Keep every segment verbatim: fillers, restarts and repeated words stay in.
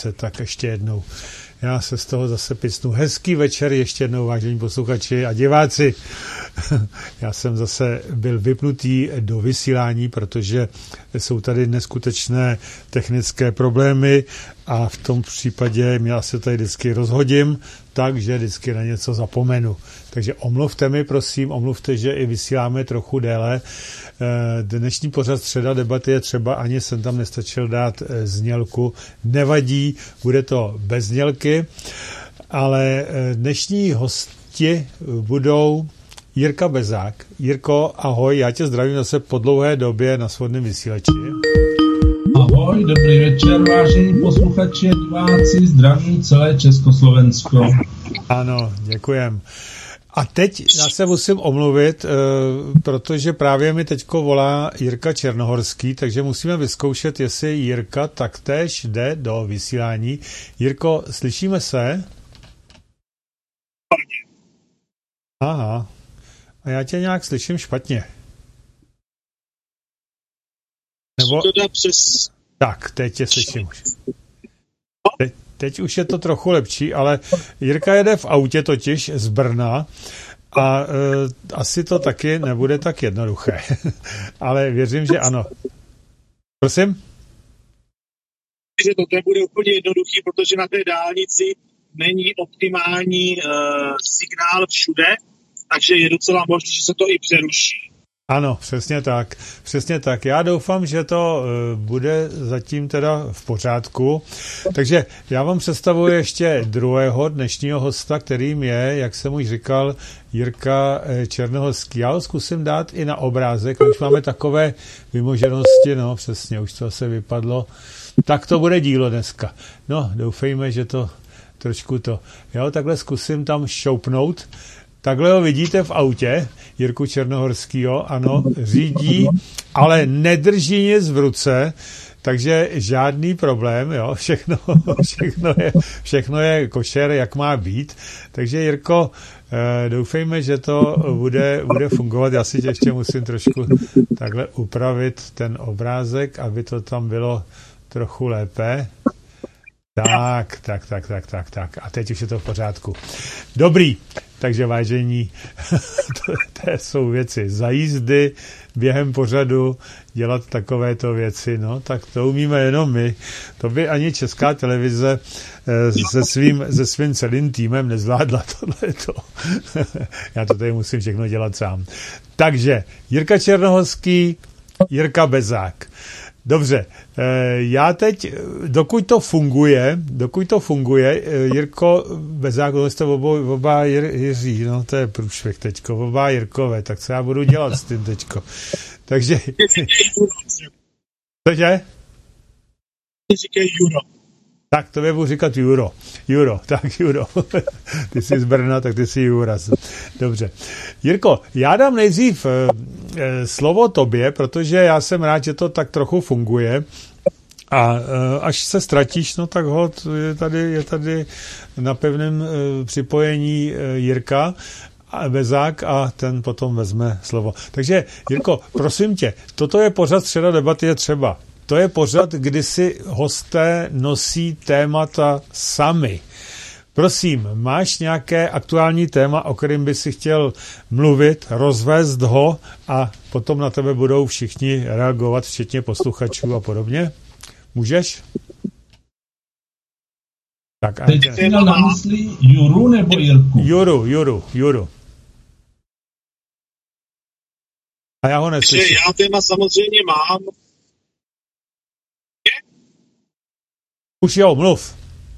Tak ještě jednou. Já se z toho zase picnu. Hezký večer ještě jednou, vážení posluchači a diváci. Já jsem zase byl vypnutý do vysílání, protože jsou tady neskutečné technické problémy a v tom případě já se tady vždycky rozhodím, takže vždycky na něco zapomenu. Takže omluvte mi, prosím, omluvte, že i vysíláme trochu déle. Dnešní pořad Středa debaty je třeba, ani jsem tam nestačil dát znělku. Nevadí, bude to bez znělky, ale dnešní hosti budou Jirka Bezák. Jirko, ahoj, já tě zdravím zase po dlouhé době na svobodném vysílači. Ahoj, dobrý večer, vážení posluchači a diváci, zdravím celé Československo. Ano, děkujem. A teď já se musím omluvit, protože právě mi teďko volá Jirka Černohorský, takže musíme vyzkoušet, jestli Jirka taktéž jde do vysílání. Jirko, slyšíme se? Aha. A já tě nějak slyším špatně. Nebo... Tak, teď tě slyším už. Teď, teď už je to trochu lepší, ale Jirka jede v autě totiž z Brna a e, asi to taky nebude tak jednoduché. Ale věřím, že ano. Prosím? Že to nebude úplně jednoduchý, protože na té dálnici není optimální e, signál všude, takže je docela možné, že se to i přeruší. Ano, přesně tak. Přesně tak. Já doufám, že to bude zatím teda v pořádku. Takže já vám představuji ještě druhého dnešního hosta, kterým je, jak jsem už říkal, Jirka Černohorský. Já ho zkusím dát i na obrázek. My už máme takové vymoženosti, no přesně, už to se vypadlo. Tak to bude dílo dneska. No, doufejme, že to trošku to. Já ho takhle zkusím tam šoupnout. Takhle ho vidíte v autě, Jirku Černohorskýho, ano, řídí, ale nedrží nic v ruce, takže žádný problém, jo, všechno, všechno, je, všechno je košer, jak má být. Takže Jirko, doufejme, že to bude, bude fungovat. Já si tě ještě musím trošku takhle upravit ten obrázek, aby to tam bylo trochu lépe. Tak, tak, tak, tak, tak, tak. A teď už je to v pořádku. Dobrý, takže vážení, to, to jsou věci za jízdy, během pořadu dělat takovéto věci, no, tak to umíme jenom my. To by ani Česká televize se svým, se svým celým týmem nezvládla tohleto. Já to tady musím všechno dělat sám. Takže Jirka Černohorský, Jirka Bezák. Dobře, já teď, dokud to funguje, dokud to funguje, Jirko Bezák, jste oba, oba Jir, Jiří, no to je průšvih teďko, oba Jirkové, tak co já budu dělat s tím teďko? Takže... Cože? Říkej Juro. Tak to budu říkat Juro. Juro, tak Juro. Ty jsi z Brna, tak ty jsi Juras. Dobře. Jirko, já dám nejdřív e, e, slovo tobě, protože já jsem rád, že to tak trochu funguje. A e, až se ztratíš, no tak hod, je tady, je tady na pevném e, připojení e, Jirka Bezák a ten potom vezme slovo. Takže Jirko, prosím tě, toto je pořad Středa debaty je třeba. To je pořad, kdy si hosté nosí témata sami. Prosím, máš nějaké aktuální téma, o kterém by si chtěl mluvit, rozvést ho a potom na tebe budou všichni reagovat, včetně posluchačů a podobně? Můžeš? Tak, teď jsi měl na mysli Juru nebo Jirku? Juru, Juru, Juru. A já ho neslyším. Já téma samozřejmě mám. Už jo, mluv.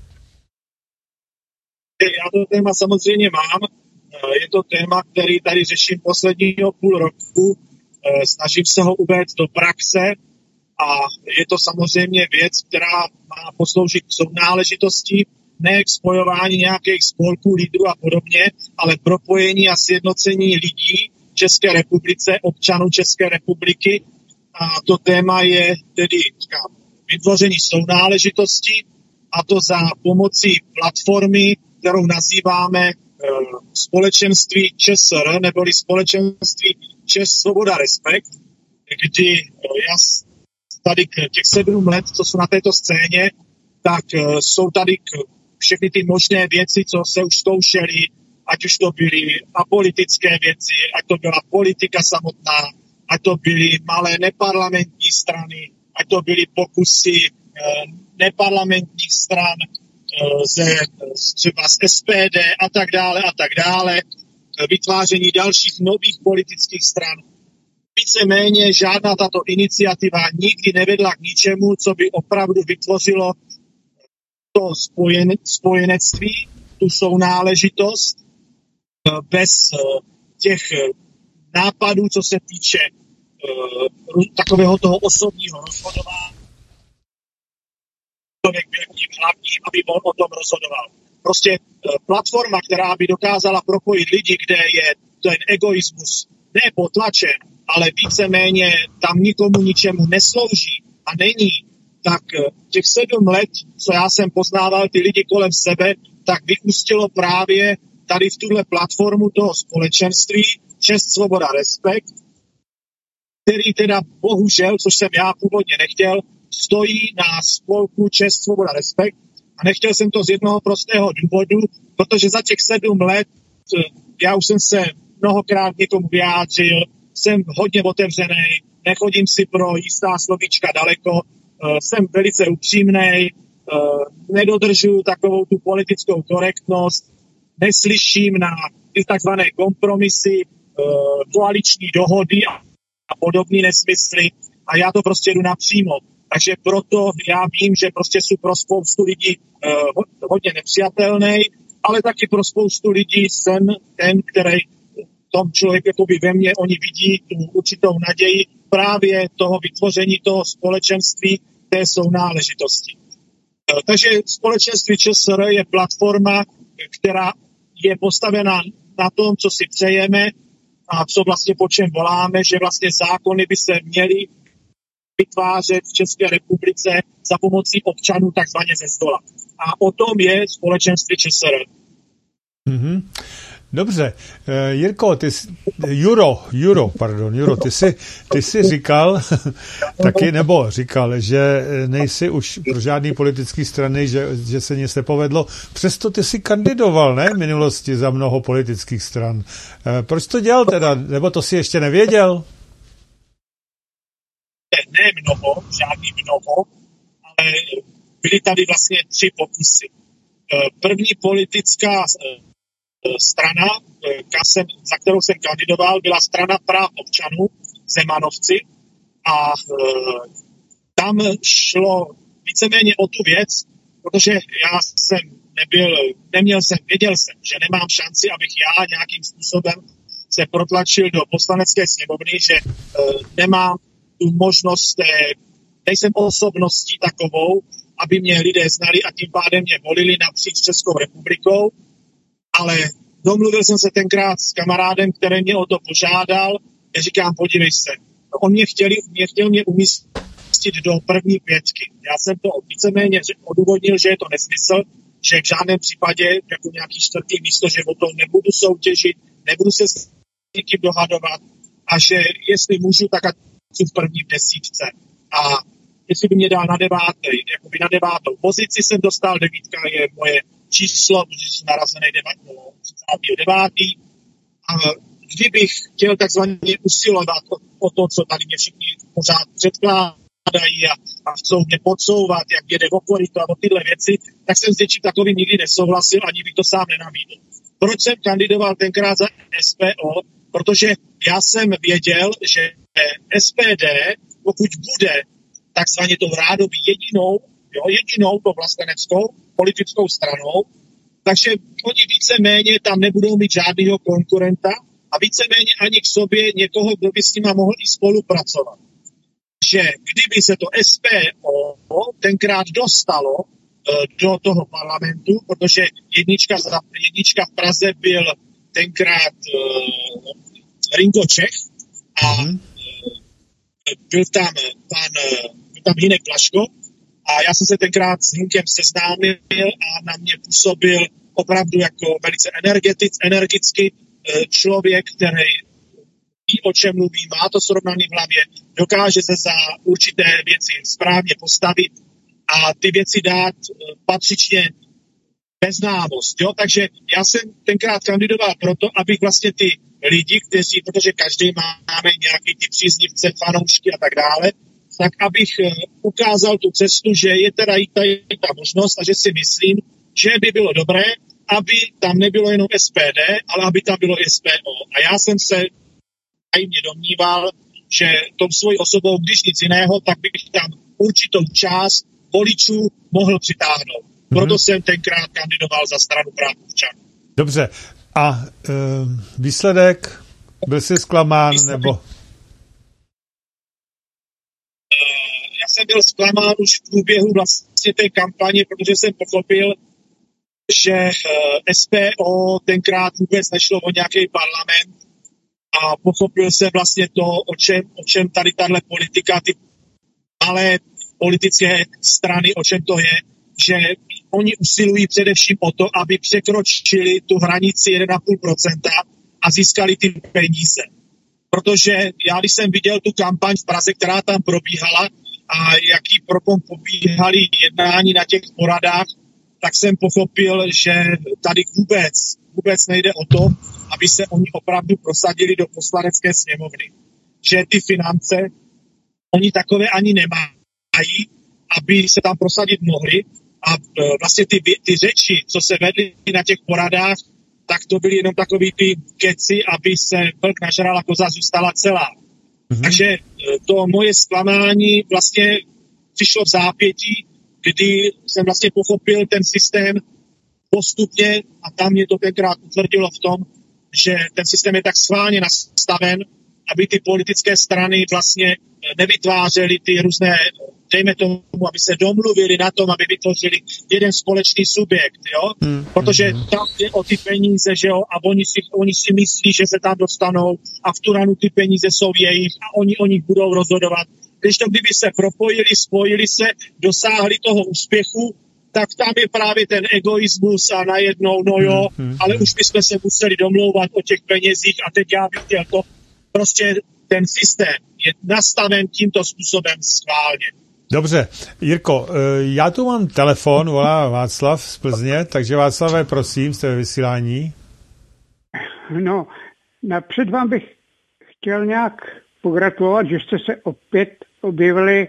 Já to téma samozřejmě mám. Je to téma, který tady řeším posledního půl roku. Snažím se ho uvést do praxe a je to samozřejmě věc, která má posloužit k sounáležitosti, ne k spojování nějakých spolků, lídrů a podobně, ale propojení a sjednocení lidí v České republice, občanů České republiky. A to téma je tedy, říkám, vytvoření sounáležitosti, a to za pomocí platformy, kterou nazýváme e, společenství ČSR, neboli společenství Čes, Svoboda, Respekt, kdy e, já tady těch sedm let, co jsou na této scéně, tak jsou tady všechny ty možné věci, co se už zkoušely, ať už to byly apolitické věci, ať to byla politika samotná, ať to byly malé neparlamentní strany, ať to byly pokusy neparlamentních stran ze, třeba z S P D a tak dále a tak dále, vytváření dalších nových politických stran. Víceméně žádná tato iniciativa nikdy nevedla k ničemu, co by opravdu vytvořilo to spojen, spojenectví, tu sounáležitost, bez těch nápadů, co se týče uh, takového toho osobního rozhodování. Člověk byl tím hlavním, aby on o tom rozhodoval. Prostě uh, platforma, která by dokázala propojit lidi, kde je ten egoismus ne potlačen, ale víceméně tam nikomu ničemu neslouží a není, tak uh, těch sedm let, co já jsem poznával ty lidi kolem sebe, tak vyústilo právě tady v tuhle platformu toho společenství Čest, svoboda, respekt, který teda bohužel, což jsem já původně nechtěl, stojí na spolku Čest, svoboda, respekt. A nechtěl jsem to z jednoho prostého důvodu, protože za těch sedm let já už jsem se mnohokrát někomu vyjádřil, jsem hodně otevřený, nechodím si pro jistá slovíčka daleko, jsem velice upřímnej, nedodržuju takovou tu politickou korektnost, neslyším na ty takzvané kompromisy, koaliční dohody a podobné nesmysly a já to prostě jdu napřímo. Takže proto já vím, že prostě jsou pro spoustu lidí uh, hodně nepřijatelný, ale taky pro spoustu lidí jsem ten, který v tom člověku jakoby ve mně, oni vidí tu určitou naději právě toho vytvoření toho společenství té sounáležitosti. Uh, takže společenství ČSR je platforma, která je postavená na tom, co si přejeme a co vlastně po čem voláme, že vlastně zákony by se měly vytvářet v České republice za pomocí občanů takzvaně ze zdola. A o tom je společenství ČSR. Mm-hmm. Dobře. Uh, Jirko, ty jsi, Juro, Juro, pardon, Juro, ty jsi, ty jsi říkal taky, nebo říkal, že nejsi už pro žádný politický strany, že, že se nic nepovedlo. Přesto ty jsi kandidoval, ne, v minulosti za mnoho politických stran. Uh, proč to dělal teda? Nebo to si ještě nevěděl? Ne mnoho, žádný mnoho, ale byly tady vlastně tři pokusy. První politická strana, za kterou jsem kandidoval, byla strana práv občanů, Zemanovci, a tam šlo víceméně o tu věc, protože já jsem nebyl, neměl jsem, věděl jsem, že nemám šanci, abych já nějakým způsobem se protlačil do poslanecké sněmovny, že nemám tu možnost, nejsem osobností takovou, aby mě lidé znali a tím pádem mě volili napříč Českou republikou, ale domluvil jsem se tenkrát s kamarádem, který mě o to požádal, a říkám, podívej se, on mě, chtěli, mě chtěl mě umístit do první pětky. Já jsem to víceméně odůvodnil, že je to nesmysl, že v žádném případě jako nějaký čtvrtý místo, že o to nebudu soutěžit, nebudu se s někým dohadovat a že jestli můžu, tak ať jsem v první desítce. A jestli by mě dal na deváté, jakoby na devátou pozici jsem dostal, devítka je moje číslo, protože jsem narazený třicátého devátého A kdybych chtěl takzvaně usilovat o, o to, co tady mě všichni pořád předkládají a, a chcou mě podsouvat, jak jede v okolí a o tyhle věci, tak jsem s něčím takovým nikdy nesouhlasil, ani bych to sám nenabídl. Proč jsem kandidoval tenkrát za S P O? Protože já jsem věděl, že S P D, pokud bude takzvaně tou rádoby jedinou, jo, jedinou to vlasteneckou politickou stranou, takže oni víceméně tam nebudou mít žádného konkurenta a víceméně ani k sobě někoho, kdo by s nima mohl i spolupracovat. Že kdyby se to S P O tenkrát dostalo uh, do toho parlamentu, protože jednička, jednička v Praze byl tenkrát uh, Ringo Čech a mm-hmm. byl tam pan, byl tam Hinek Blaško a já jsem se tenkrát s Hinkem seznámil a na mě působil opravdu jako velice energetic, energicky člověk, který ví, o čem mluví, má to srovnaný v hlavě, dokáže se za určité věci správně postavit a ty věci dát patřičně bez známost. Jo? Takže já jsem tenkrát kandidoval proto, abych vlastně ty lidi, kteří, protože každý máme nějaký ty příznivce, fanoušky a tak dále, tak abych ukázal tu cestu, že je teda i ta, i ta možnost a že si myslím, že by bylo dobré, aby tam nebylo jenom S P D, ale aby tam bylo S P O. A já jsem se tajemně domníval, že tou svojí osobou, když nic jiného, tak bych tam určitou část voličů mohl přitáhnout. Proto mm-hmm. jsem tenkrát kandidoval za stranu práv občanů. Dobře. A e, výsledek? Byl jsi zklamán, výsledek, nebo? Já jsem byl zklamán už v průběhu vlastně té kampaně, protože jsem pochopil, že S P O tenkrát vůbec nešlo o nějaký parlament a pochopil jsem vlastně to, o čem, o čem tady tahle politika, ty malé politické strany, o čem to je, že oni usilují především o to, aby překročili tu hranici jedna celá pět procenta a získali ty peníze. Protože já, když jsem viděl tu kampaň v Praze, která tam probíhala a jaký propom pobíhaly jednání na těch poradách, tak jsem pochopil, že tady vůbec, vůbec nejde o to, aby se oni opravdu prosadili do poslanecké sněmovny. Že ty finance, oni takové ani nemají, aby se tam prosadit mohli. A vlastně ty, ty řeči, co se vedly na těch poradách, tak to byly jenom takový ty keci, aby se vlk nažral a koza zůstala celá. Mm-hmm. Takže to moje zklamání vlastně přišlo v zápětí, kdy jsem vlastně pochopil ten systém postupně a tam mě to tenkrát utvrdilo v tom, že ten systém je tak schválně nastaven, aby ty politické strany vlastně nevytvářely ty různé, dejme tomu, aby se domluvili na tom, aby vytvořili jeden společný subjekt, jo? Hmm. Protože tam je o ty peníze, že jo, a oni si, oni si myslí, že se tam dostanou a v tu ranu ty peníze jsou jejich a oni o nich budou rozhodovat. Když to kdyby se propojili, spojili se, dosáhli toho úspěchu, tak tam je právě ten egoismus a najednou, no jo, hmm. ale už bychom se museli domlouvat o těch penězích a teď já bych chtěl to. Prostě ten systém je nastaven tímto způsobem schválně. Dobře. Jirko, já tu mám telefon, volá Václav z Plzně, takže Václave, prosím, jste ve vysílání. No, napřed vám bych chtěl nějak pogratulovat, že jste se opět objevili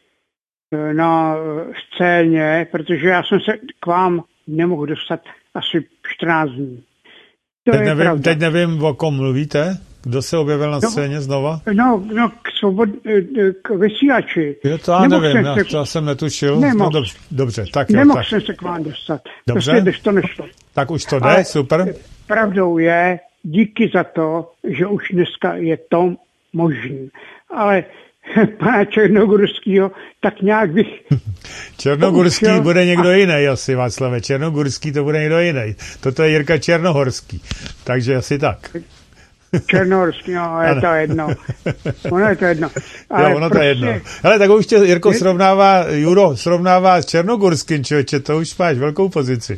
na scéně, protože já jsem se k vám nemohl dostat asi čtrnáct dní. To teď, je nevím, teď nevím, o kom mluvíte. Kdo se objevil na scéně no, znova? No, no k, svobod, k vysílači. Jo, to já nevím, jsem já, se... to jsem netušil. No, dobře, dobře, tak jo. Nemohl tak. jsem se k vám dostat. Dobře. Prostě bez to nešlo. Tak už to jde, ale super. Pravdou je, díky za to, že už dneska je to možný. Ale pana Černogurského, tak nějak bych... Černogurský poučil... bude někdo jiný asi, Václave. Černogurský to bude někdo jiný. Toto je Jirka Černohorský. Takže asi tak. Černohorský, no, je to jedno. Ono je to jedno. Ale jo, ono prostě... to je jedno. Hele, tak už tě Jirko srovnává, Juro srovnává s Černogurským, člověče, to už máš velkou pozici.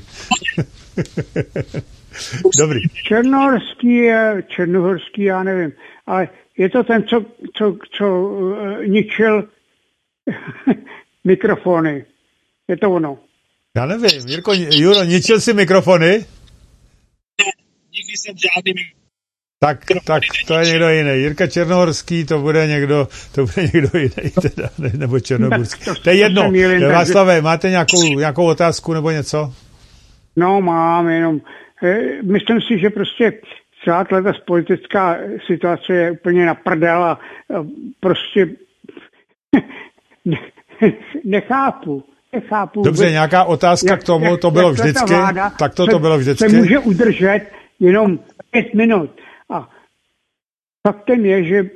Dobrý. Černohorský je, Černohorský, já nevím, ale je to ten, co, co, co uh, ničil mikrofony. Je to ono. Já nevím, Jirko, Juro, ničil si mikrofony? Nikdy jsem žádný mikrofon. Tak, tak, to je někdo jiný. Jirka Černohorský, to bude někdo, to bude někdo jiný, teda, ne, nebo Černogurský. To, to je jedno. Mýlím, Václave, takže... máte nějakou, nějakou otázku nebo něco? No, mám, jenom. Myslím si, že prostě celá tato politická situace je úplně na prdel a prostě nechápu. nechápu. Dobře, nějaká otázka jak, k tomu, jak, to bylo vždycky. Tak to to bylo vždycky. Se může udržet jenom pět minut. A faktem je, že,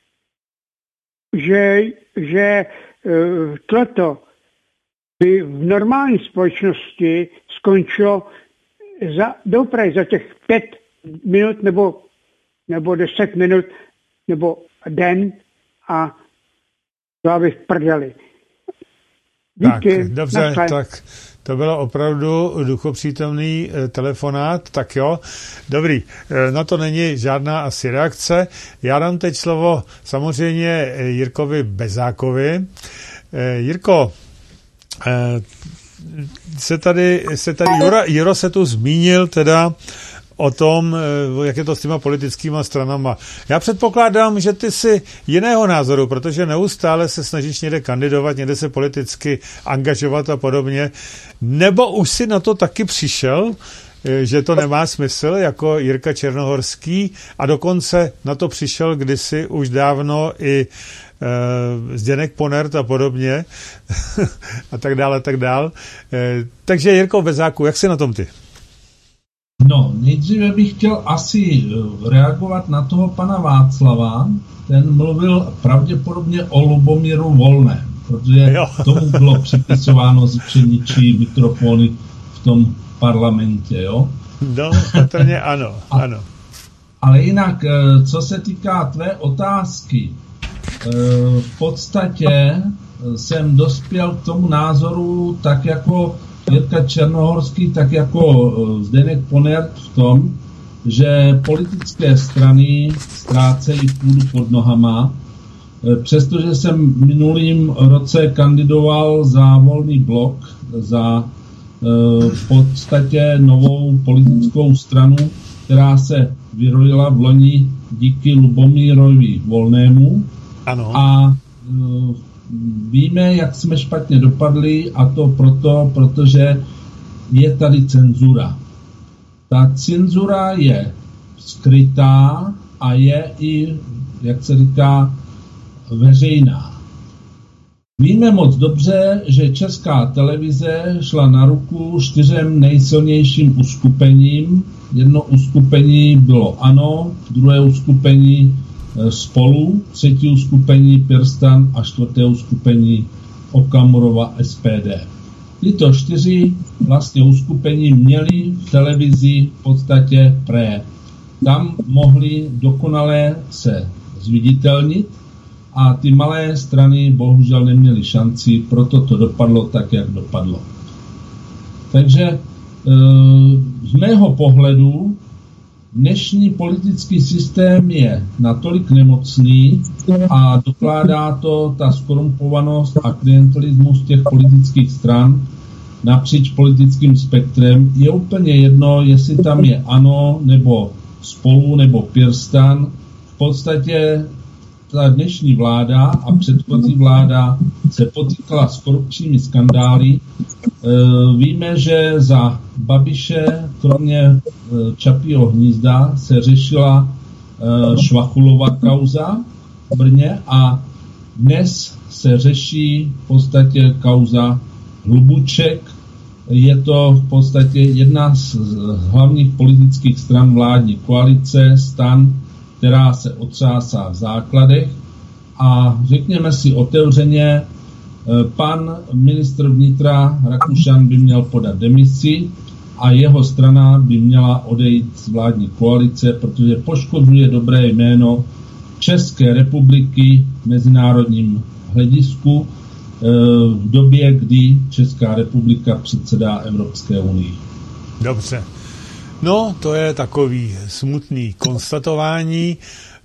že, že toto by v normální společnosti skončilo za, dopraj za těch pět minut nebo, nebo deset minut nebo den a to by v prdeli. Díky. Tak, dobře, nasled. Tak to bylo opravdu duchopřítomný e, telefonát, tak jo. Dobrý, e, na to není žádná asi reakce. Já dám teď slovo samozřejmě Jirkovi Bezákovi. E, Jirko, se tady, se tady Jura, Jiro se tu zmínil teda o tom, jak je to s těma politickýma stranama. Já předpokládám, že ty jsi jiného názoru, protože neustále se snažíš někde kandidovat, někde se politicky angažovat a podobně. Nebo už si na to taky přišel, že to nemá smysl, jako Jirka Černohorský, a dokonce na to přišel kdysi už dávno i e, Zdeněk Ponert a podobně a tak dále, tak dále. E, takže Jirko Bezáku, jak jsi na tom ty? No, nejdříve bych chtěl asi reagovat na toho pana Václava. Ten mluvil pravděpodobně o Lubomíru Volném, protože jo. tomu bylo připisováno zvučeničí mikrofony v tom parlamentě, jo? No, patrně ano, ano. Ale jinak, co se týká tvé otázky, v podstatě jsem dospěl k tomu názoru tak jako Jirka Černohorský, tak jako Zdeněk Ponert v tom, že politické strany ztrácejí půdu pod nohama. Přestože jsem v minulým roce kandidoval za Volný blok, za v podstatě novou politickou stranu, která se vyrojila v loni díky Lubomírovi Volnému. Ano. A víme, jak jsme špatně dopadli, a to proto, protože je tady cenzura. Ta cenzura je skrytá a je i, jak se říká, veřejná. Víme moc dobře, že Česká televize šla na ruku čtyřem nejsilnějším uskupením. Jedno uskupení bylo ANO, druhé uskupení Spolu, třetí uskupení PirSTAN a čtvrté uskupení Okamurova S P D. Tyto čtyři vlastně uskupení měly v televizi v podstatě pré. Tam mohli dokonale se zviditelnit a ty malé strany bohužel neměly šanci, proto to dopadlo tak, jak dopadlo. Takže z mého pohledu dnešní politický systém je natolik nemocný a dokládá to ta skorumpovanost a klientelismus těch politických stran napříč politickým spektrem. Je úplně jedno, jestli tam je ANO, nebo Spolu, nebo PirSTAN. V podstatě ta dnešní vláda a předchozí vláda se potýkala s korupčními skandály. E, víme, že za Babiše, kromě e, Čapího hnízda, se řešila e, Švachulova kauza v Brně a dnes se řeší v podstatě kauza Hlubuček. Je to v podstatě jedna z hlavních politických stran vládní koalice, STAN, která se otřásá v základech, a řekněme si otevřeně, pan ministr vnitra Rakušan by měl podat demisi a jeho strana by měla odejít z vládní koalice, protože poškozuje dobré jméno České republiky v mezinárodním hledisku v době, kdy Česká republika předsedá Evropské unii. Dobře. No, to je takový smutný konstatování.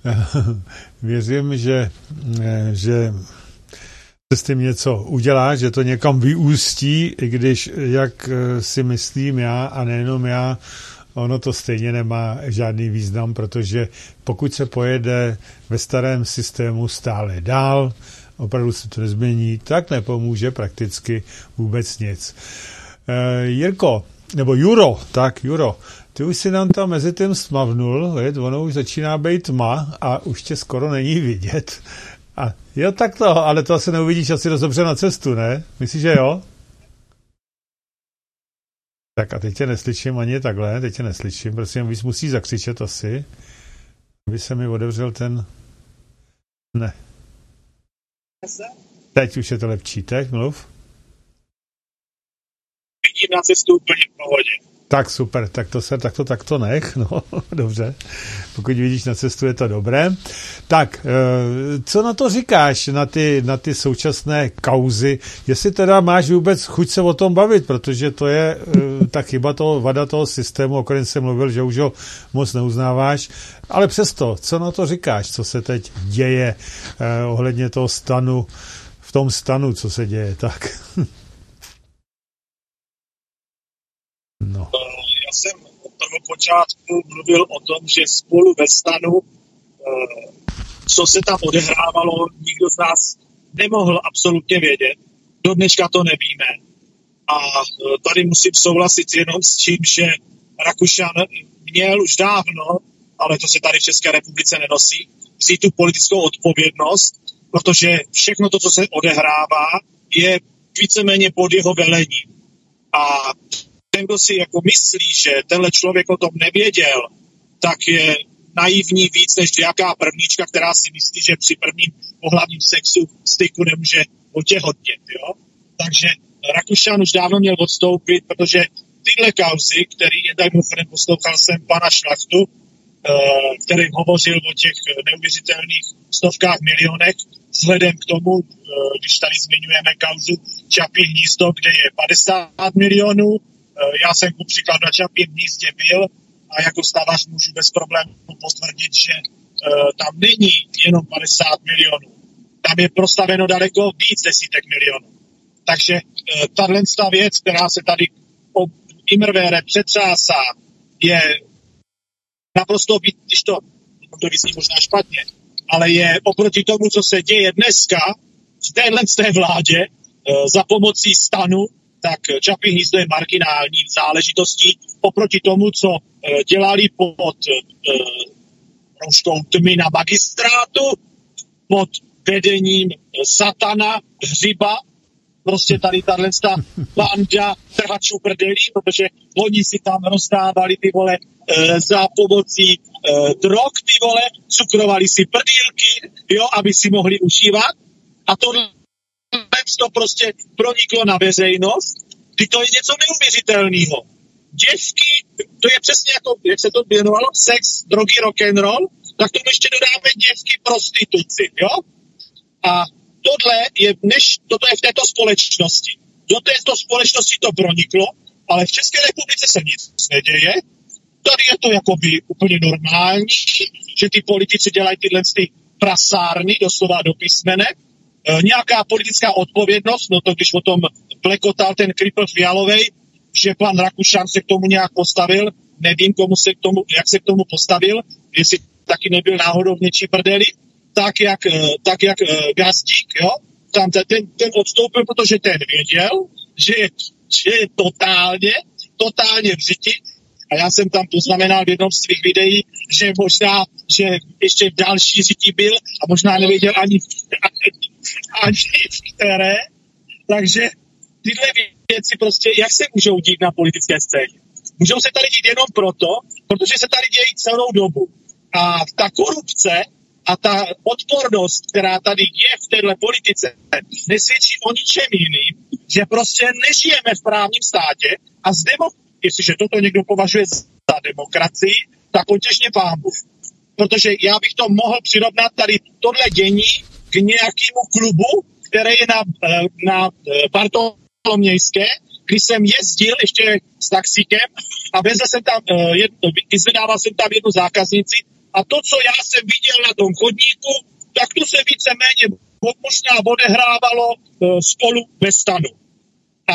Věřím, že, že se s tím něco udělá, že to někam vyústí, i když, jak si myslím já, a nejenom já, ono to stejně nemá žádný význam, protože pokud se pojede ve starém systému stále dál, opravdu se to nezmění, tak nepomůže prakticky vůbec nic. E, Jirko, nebo Juro, tak Juro, ty už si nám tam mezi tím smavnul, věd, ono už začíná být tma a už tě skoro není vidět. A jo, tak to, ale to asi neuvidíš asi dost dobře na cestu, ne? Myslíš, že jo? Tak a teď tě neslyším ani takhle, teď tě neslyším, prosím, víc musíš zakřičet asi, aby se mi otevřel ten... Ne. Teď už je to lepší, tak mluv. Vidím na cestu úplně v pohodě. Tak super, tak to se, tak to, tak to nech, no, dobře. Pokud vidíš na cestu, je to dobré. Tak, co na to říkáš, na ty, na ty současné kauzy, jestli teda máš vůbec chuť se o tom bavit, protože to je ta chyba toho, vada toho systému, o kterém jsem mluvil, že už ho moc neuznáváš, ale přesto, co na to říkáš, co se teď děje eh, ohledně toho stanu, v tom stanu, co se děje, tak... No. Já jsem od toho počátku mluvil o tom, že spolu ve stanu, co se tam odehrávalo, nikdo z nás nemohl absolutně vědět. Do dneška to nevíme. A tady musím souhlasit jenom s tím, že Rakušan měl už dávno, ale to se tady v České republice nenosí, vzít tu politickou odpovědnost, protože všechno to, co se odehrává, je víceméně pod jeho velením. A ten, kdo si jako myslí, že tenhle člověk o tom nevěděl, tak je naivní víc než jaká prvnička, která si myslí, že při prvním pohlavním sexu styku nemůže otěhotnět. Jo? Takže Rakušan už dávno měl odstoupit, protože tyhle kauzy, který je mimochodem poslouchal jsem pana Šlachtu, který hovořil o těch neuvěřitelných stovkách milionech, vzhledem k tomu, když tady zmiňujeme kauzu Čapí hnízdo, kde je padesát milionů, já jsem ku příkladu na Čapím hnízdě byl a jako stavař můžu bez problémů potvrdit, že tam není jenom padesát milionů. Tam je prostaveno daleko víc desítek milionů. Takže tato věc, která se tady o Imrvére přetřásá, je naprosto, když to, to vysní možná špatně, ale je oproti tomu, co se děje dneska v téhle té vládě za pomocí stanu, tak Čapí hnízdo je marginální záležitostí oproti tomu, co dělali pod rouškou tmy na magistrátu, pod vedením Satana, Hřiba, prostě tady tahle banda trhačů prdelí, protože oni si tam rozdávali ty vole e, za pomocí e, drog, ty vole, cukrovali si prdýlky, jo, aby si mohli užívat a tohle to prostě proniklo na veřejnost. Ty to je něco neuvěřitelného. Děvky, to je přesně jako, jak se to jmenovalo, sex, drogy, rock'n'roll, tak tomu ještě dodáme děvky prostituci, jo? A tohle je, než, toto je v této společnosti. Do této společnosti to proniklo, ale v České republice se nic neděje. Tady je to jakoby úplně normální, že ty politici dělají tyhle ty prasárny, doslova do písmene. E, nějaká politická odpovědnost, no to když o tom plekotal ten Kripl Fialovej, že pan Rakušan se k tomu nějak postavil, nevím, komu se k tomu, jak se k tomu postavil, jestli taky nebyl náhodou v něčí prdeli, tak jak, tak jak Gazdík, jo, tam ten, ten odstoupil, protože ten věděl, že je, že je totálně, totálně v řiti. A já jsem tam poznamenal v jednom z svých videí, že možná, že ještě další řiti byl a možná nevěděl ani, ani, ani v které. Takže tyhle věci prostě, jak se můžou dít na politické scéně? Můžou se tady dít jenom proto, protože se tady dějí celou dobu. A ta korupce a ta odpornost, která tady je v této politice, nesvědčí o ničem jiným, že prostě nežijeme v právním státě a z demo- jestliže toto někdo považuje za demokracii, tak otěžně pámbu. Protože já bych to mohl přirovnat tady tohle dění k nějakému klubu, který je na, na Bartolomějské, kdy jsem jezdil ještě s taxíkem a vezl jsem tam, vyzvedával jsem tam jednu zákaznici. A to, co já jsem viděl na tom chodníku, tak to se víceméně možná odehrávalo uh, spolu ve stanu. A,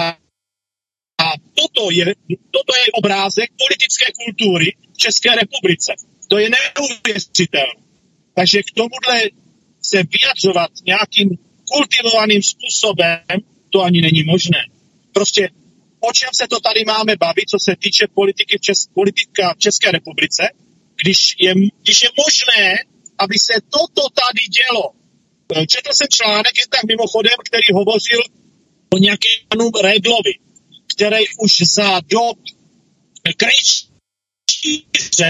a toto, je, toto je obrázek politické kultury v České republice. To je neuvěřitelné. Takže k tomuhle se vyjadřovat nějakým kultivovaným způsobem, to ani není možné. Prostě o čem se to tady máme bavit, co se týče politiky v Čes- politika v České republice, Když je, když je možné, aby se toto tady dělo. Četl jsem článek, je tak mimochodem, který hovořil o nějakému Redlovi, který už za dob krejčíře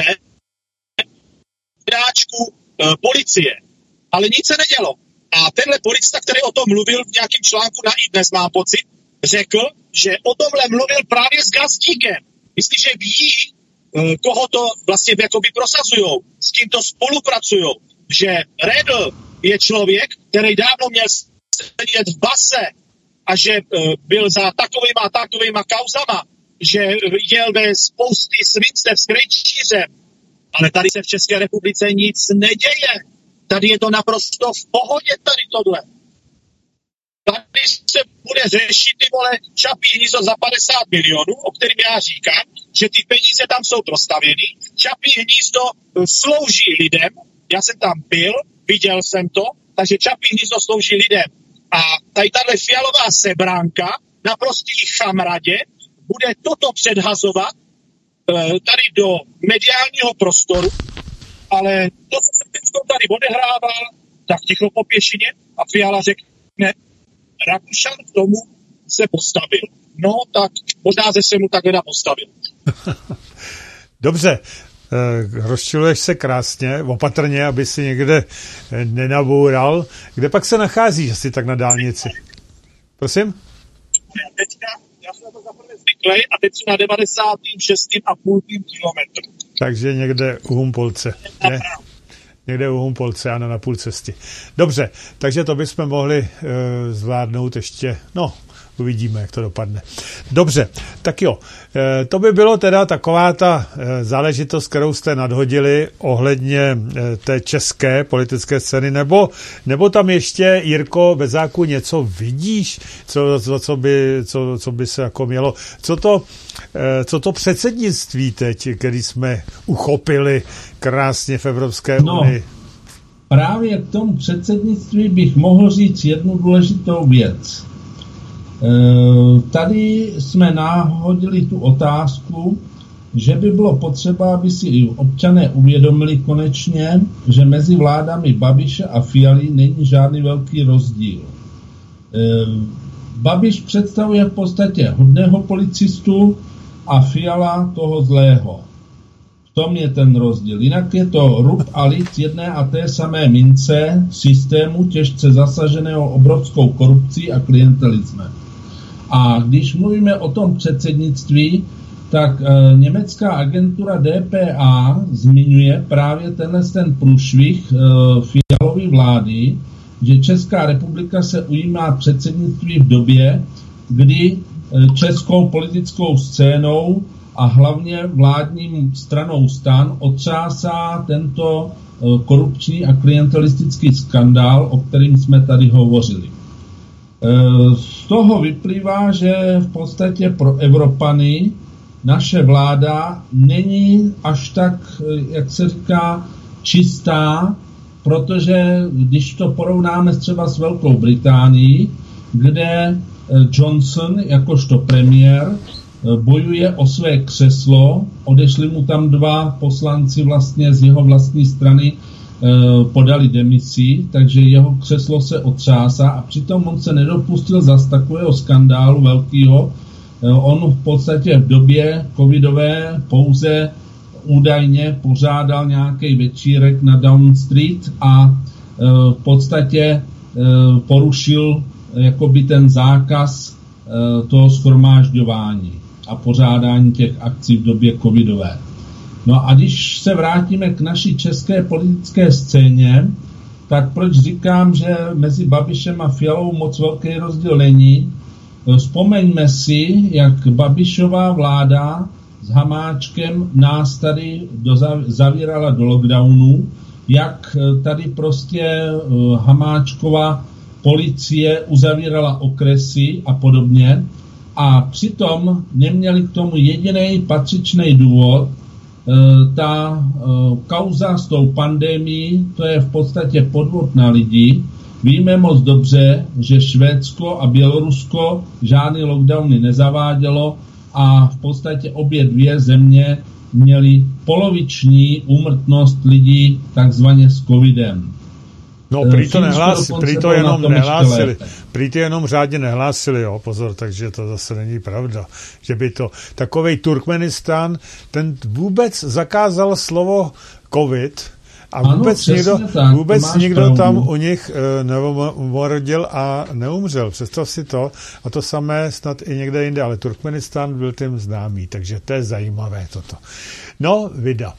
dáčku e, policie. Ale nic se nedělo. A tenhle policista, který o tom mluvil v nějakém článku na iDnes, mám pocit, řekl, že o tomhle mluvil právě s Gazdíkem. Jestliže ví, koho to vlastně jakoby prosazujou, s kým to spolupracujou, že Redl je člověk, který dávno měl sedět v base a že byl za takovýma a takovýma kauzama, že jel ve spousty svinstev s krejčířem, ale tady se v České republice nic neděje. Tady je to naprosto v pohodě, tady tohle. Tady se bude řešit ty vole Čapí hnízdo za padesát milionů, o kterým já říkám, že ty peníze tam jsou prostavěny. Čapí hnízdo slouží lidem, já jsem tam byl, viděl jsem to, takže Čapí hnízdo slouží lidem. A tady tahle fialová sebránka na prostý chamradě bude toto předhazovat e, tady do mediálního prostoru, ale to, co se teď tady odehrával, tak ticho po pěšině a Fiala řekne, Rakušan k tomu se postavil. No, tak možná ze se mu tak teda postavil. Dobře, rozčiluješ se krásně, opatrně, aby si někde nenaboural. Kde pak se nacházíš asi tak na dálnici? Prosím? Teďka, já jsem na to zaprvé zvyklý a teď jsem na devadesát šest a půl kilometru. Takže někde u Humpolce. Ne? Někde u Humpolce, ano, na půl cesty. Dobře, takže to bychom mohli uh, zvládnout ještě, no, uvidíme, jak to dopadne. Dobře, tak jo, e, to by bylo teda taková ta e, záležitost, kterou jste nadhodili ohledně e, té české politické scény, nebo, nebo tam ještě, Jirko Bezáku, něco vidíš, co, co, co, by, co, co by se jako mělo, co to, e, co to předsednictví teď, který jsme uchopili krásně v Evropské no, unii? Právě k tomu předsednictví bych mohl říct jednu důležitou věc. Tady jsme nahodili tu otázku, že by bylo potřeba, aby si občané uvědomili konečně, že mezi vládami Babiše a Fialy není žádný velký rozdíl. Babiš představuje v podstatě hodného policistu a Fiala toho zlého. V tom je ten rozdíl. Jinak je to rub a lid jedné a té samé mince systému těžce zasaženého obrovskou korupcí a klientelismem. A když mluvíme o tom předsednictví, tak e, německá agentura D P A zmiňuje právě tenhle ten průšvih e, Fialovy vlády, že Česká republika se ujímá předsednictví v době, kdy e, českou politickou scénou a hlavně vládním stranou STAN otřásá tento e, korupční a klientelistický skandál, o kterým jsme tady hovořili. Z toho vyplývá, že v podstatě pro Evropany naše vláda není až tak, jak se říká, čistá, protože když to porovnáme třeba s Velkou Británií, kde Johnson jakožto premiér bojuje o své křeslo, odešli mu tam dva poslanci vlastně z jeho vlastní strany, podali demisi, takže jeho křeslo se otřásá a přitom on se nedopustil zas takového skandálu velkého. On v podstatě v době covidové pouze údajně pořádal nějaký večírek na Downing Street a v podstatě porušil jakoby ten zákaz toho shromážďování a pořádání těch akcí v době covidové. No a když se vrátíme k naší české politické scéně, tak proč říkám, že mezi Babišem a Fialou moc velký rozdíl není? Vzpomeňme si, jak Babišová vláda s Hamáčkem nás tady dozav- zavírala do lockdownu, jak tady prostě Hamáčkova policie uzavírala okresy a podobně a přitom neměli k tomu jediný patřičný důvod. Ta kauza s tou pandemií, to je v podstatě podvod na lidi. Víme moc dobře, že Švédsko a Bělorusko žádný lockdowny nezavádělo a v podstatě obě dvě země měly poloviční úmrtnost lidí takzvaně s covidem. No, prý to nehlásili, prý to jenom nehlásili, prý to jenom řádně nehlásili, jo, pozor, takže to zase není pravda, že by to, takovej Turkmenistán, ten vůbec zakázal slovo covid a vůbec, ano, někdo, tak, vůbec nikdo tam u nich e, neumordil a neumřel, představ si to, a to samé snad i někde jinde, ale Turkmenistán byl tím známý, takže to je zajímavé toto. No, vida.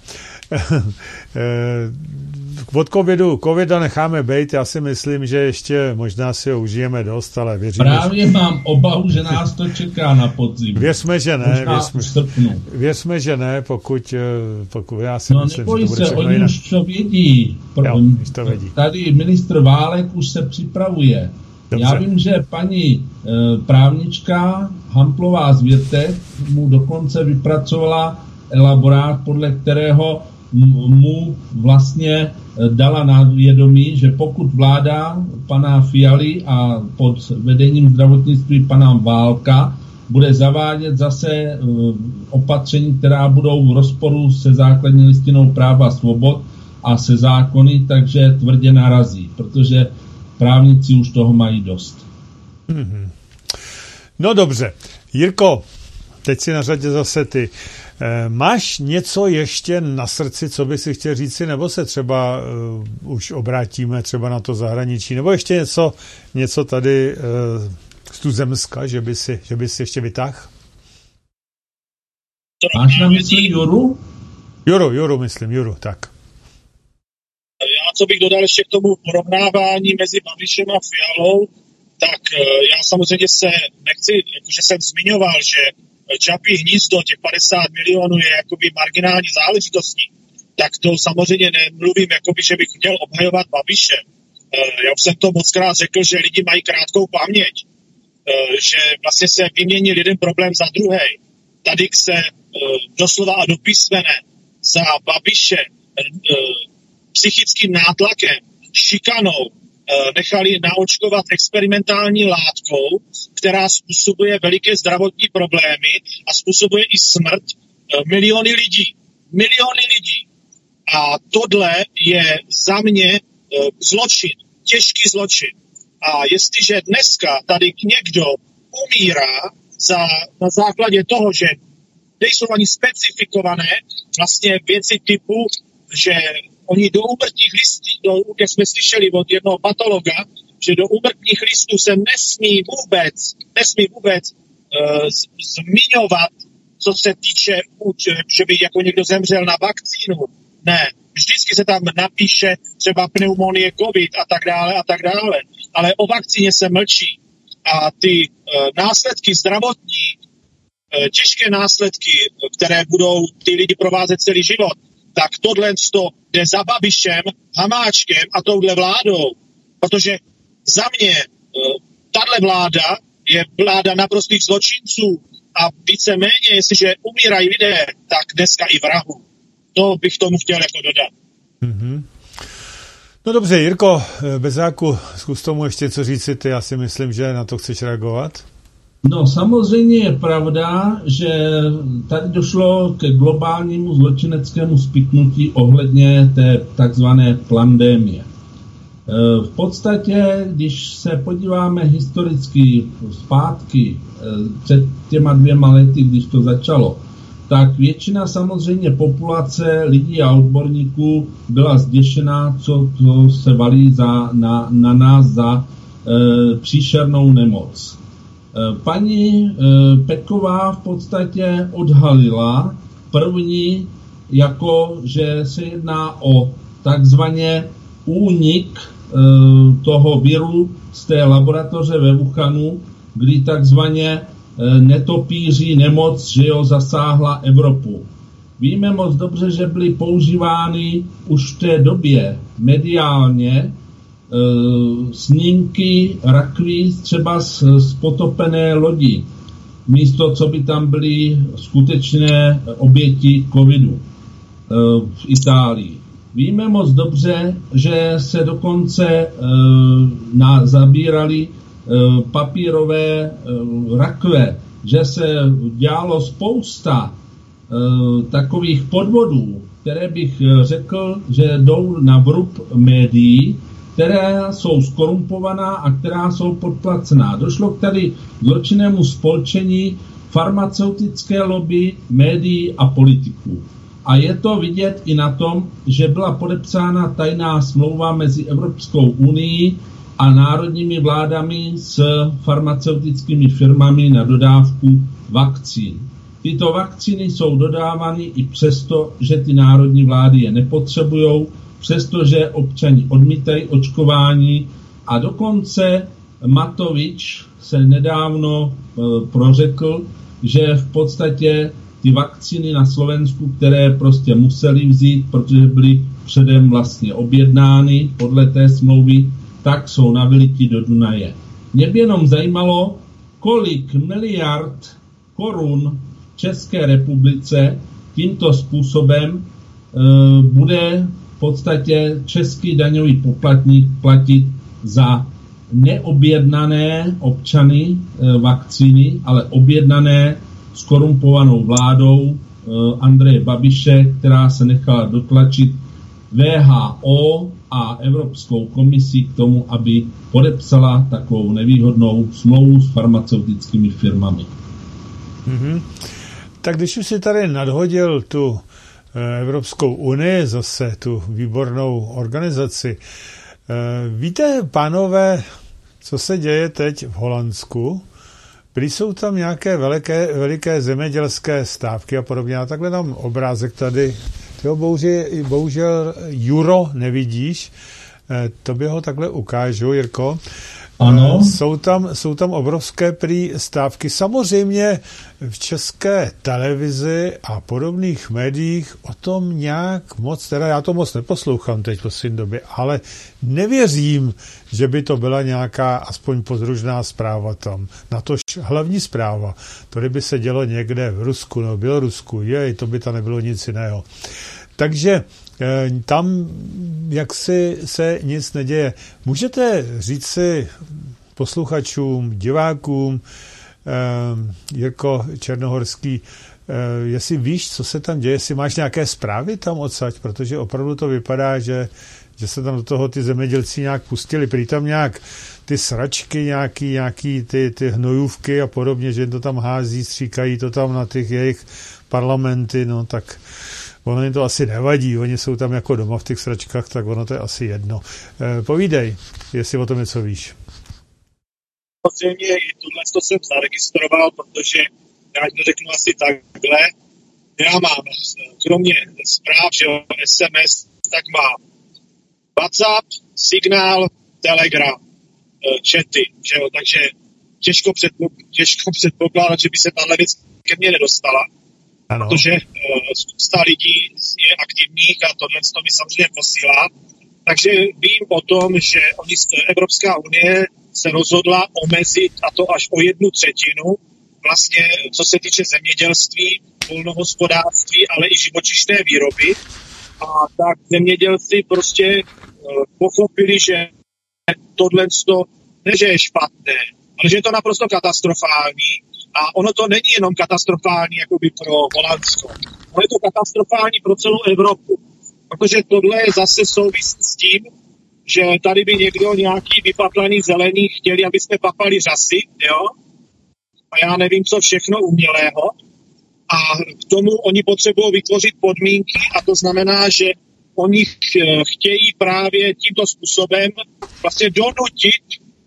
Od covidu, covida necháme bejt, já si myslím, že ještě možná si ho užijeme dost, ale věříme... Právě že... mám obavu, že nás to čeká na podzim. Věřme, že ne, věřme, věřme, že ne, pokud, pokud já si no, myslím, že to bude se, oni už to vědí. Jo, to vědí. Tady ministr Válek už se připravuje. Dobře. Já vím, že paní e, právnička Hamplová z Větek mu dokonce vypracovala elaborát, podle kterého mu vlastně dala na vědomí, že pokud vláda pana Fialy a pod vedením zdravotnictví pana Válka bude zavádět zase opatření, která budou v rozporu se základní listinou práva a svobod a se zákony, takže tvrdě narazí, protože právníci už toho mají dost. Mm-hmm. No dobře. Jirko, teď si na řadě zase ty. E, máš něco ještě na srdci, co by si chtěl říci, nebo se třeba uh, už obrátíme třeba na to zahraničí, nebo ještě něco, něco tady uh, z tuzemska, že by si, že by si ještě vytáhl? Máš na mysli Juru? Juru, Juru, myslím, Juru, tak. Já, co bych dodal ještě k tomu porovnávání mezi Babišem a Fialou, tak já samozřejmě se nechci, jakože jsem zmiňoval, že Čapí hnízdo, těch padesát milionů je jakoby marginální záležitostí, tak to samozřejmě nemluvím, jakoby, že bych chtěl obhajovat Babiše. Já už jsem to mockrát řekl, že lidi mají krátkou paměť, že vlastně se vyměnil jeden problém za druhý. Tady se doslova a do písmene za Babiše psychickým nátlakem, šikanou, nechali naočkovat experimentální látkou, která způsobuje veliké zdravotní problémy a způsobuje i smrt miliony lidí. Miliony lidí. A tohle je za mě zločin, těžký zločin. A jestliže dneska tady někdo umírá za, na základě toho, že nejsou ani specifikované vlastně věci typu, že oni do úmrtních listů, do, jak jsme slyšeli od jednoho patologa, že do úmrtních listů se nesmí vůbec, nesmí vůbec uh, zmiňovat, co se týče, že by jako někdo zemřel na vakcínu. Ne, vždycky se tam napíše třeba pneumonie, covid a tak dále a tak dále. Ale o vakcíně se mlčí. A ty uh, následky zdravotní, uh, těžké následky, které budou ty lidi provázet celý život, tak tohle jde za Babišem, Hamáčkem a touhle vládou. Protože za mě tahle vláda je vláda naprostých zločinců a víceméně, jestliže umírají lidé, tak dneska i vrahu. To bych tomu chtěl jako dodat. Mm-hmm. No dobře, Jirko, Bezáku, zkus tomu ještě něco říci, ty já si myslím, že na to chceš reagovat. No samozřejmě je pravda, že tady došlo ke globálnímu zločineckému spiknutí ohledně té takzvané pandemie. V podstatě, když se podíváme historicky zpátky před těma dvěma lety, když to začalo, tak většina samozřejmě populace lidí a odborníků byla zděšená, co, co se valí za, na, na nás za e, příšernou nemoc. Paní Peková v podstatě odhalila první, jako že se jedná o takzvaně únik toho viru z té laboratoře ve Wuhanu, kdy takzvaně netopíří nemoc, že jo, zasáhla Evropu. Víme moc dobře, že byly používány už v té době mediálně Uh, snímky rakví třeba z, z potopené lodi, místo, co by tam byly skutečné oběti covidu uh, v Itálii. Víme moc dobře, že se dokonce uh, na, zabírali uh, papírové uh, rakve, že se dělalo spousta uh, takových podvodů, které bych řekl, že jdou na vrub médií, které jsou skorumpovaná a která jsou podplacená. Došlo k tady zločinnému spolčení farmaceutické lobby, médií a politiků. A je to vidět i na tom, že byla podepsána tajná smlouva mezi Evropskou unií a národními vládami s farmaceutickými firmami na dodávku vakcín. Tyto vakcíny jsou dodávány i přesto, že ty národní vlády je nepotřebují, přestože občani odmítají očkování a dokonce Matovič se nedávno e, prořekl, že v podstatě ty vakcíny na Slovensku, které prostě museli vzít, protože byly předem vlastně objednány podle té smlouvy, tak jsou na vylití do Dunaje. Mě by jenom zajímalo, kolik miliard korun České republice tímto způsobem e, bude v podstatě český daňový poplatník platit za neobjednané občany e, vakcíny, ale objednané skorumpovanou vládou e, Andreje Babiše, která se nechala dotlačit V H O a Evropskou komisí k tomu, aby podepsala takovou nevýhodnou smlouvu s farmaceutickými firmami. Mm-hmm. Tak když už si tady nadhodil tu Evropskou unii, zase tu výbornou organizaci, víte, pánové, co se děje teď v Holandsku? Prý jsou tam nějaké veliké, veliké zemědělské stávky a podobně. Já takhle dám obrázek tady. Tyho bohužel, bohužel Euro nevidíš. Tobě ho takhle ukážu, Jirko. Ano. Jsou tam, jsou tam obrovské prý stávky. Samozřejmě v české televizi a podobných médiích o tom nějak moc, teda já to moc neposlouchám teď v poslední době, ale nevěřím, že by to byla nějaká aspoň podružná zpráva tam. Na to hlavní zpráva. To kdyby se dělo někde v Rusku nebo Bělorusku, jej, to by tam nebylo nic jiného. Takže tam jaksi se nic neděje. Můžete říct si posluchačům, divákům, eh, Jirko Černohorský, eh, jestli víš, co se tam děje, jestli máš nějaké zprávy tam odsaď, protože opravdu to vypadá, že, že se tam do toho ty zemědělci nějak pustili. Prý tam nějak ty sračky, nějaký, nějaký ty, ty hnojůvky a podobně, že to tam hází, stříkají to tam na těch jejich parlamenty, no tak ono jim to asi nevadí, oni jsou tam jako doma v těch sračkách, tak ono to je asi jedno. E, povídej, jestli o tom něco víš. Samozřejmě i tohle to jsem zaregistroval, protože já to řeknu asi takhle. Já mám, kromě zpráv, že S M S, tak mám WhatsApp, Signál, Telegram, chaty, že jo, takže těžko, předpok- těžko předpokládat, že by se tahle věc ke mně nedostala. Ano. Protože uh, spousta lidí je aktivních a tohle to mi samozřejmě posílá. Takže vím o tom, že oni, Evropská unie se rozhodla omezit, a to až o jednu třetinu, vlastně co se týče zemědělství, poľnohospodářství, ale i živočišné výroby. A tak zemědělci prostě uh, pochopili, že tohle ne, že je špatné, ale že je to naprosto katastrofální. A ono to není jenom katastrofální jakoby pro Holandsko. Ono je to katastrofální pro celou Evropu. Protože tohle je zase souvisí s tím, že tady by někdo nějaký vypatlaný zelený chtěli, aby jsme papali řasy, jo? A já nevím, co všechno umělého. A k tomu oni potřebují vytvořit podmínky a to znamená, že oni chtějí právě tímto způsobem vlastně donutit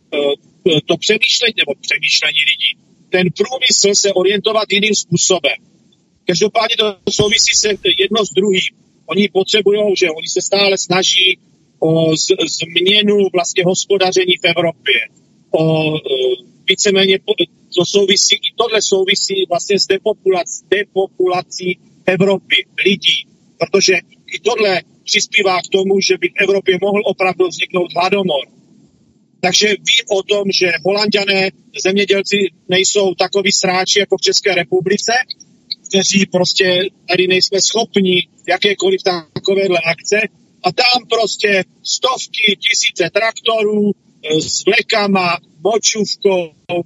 to přemýšlení, nebo přemýšlení lidí, ten průmysl se orientovat jiným způsobem. Každopádně to souvisí se jedno s druhým. Oni potřebují, že oni se stále snaží o z, změnu vlastně hospodaření v Evropě. O víceméně to souvisí, i tohle souvisí vlastně s depopulací, depopulací Evropy, lidí. Protože i tohle přispívá k tomu, že by v Evropě mohl opravdu vzniknout hladomor. Takže vím o tom, že Holanďané, zemědělci nejsou takový sráči jako v České republice, kteří prostě tady nejsme schopni jakékoliv takovéhle akce a tam prostě stovky, tisíce traktorů s vlekama, močůvkou,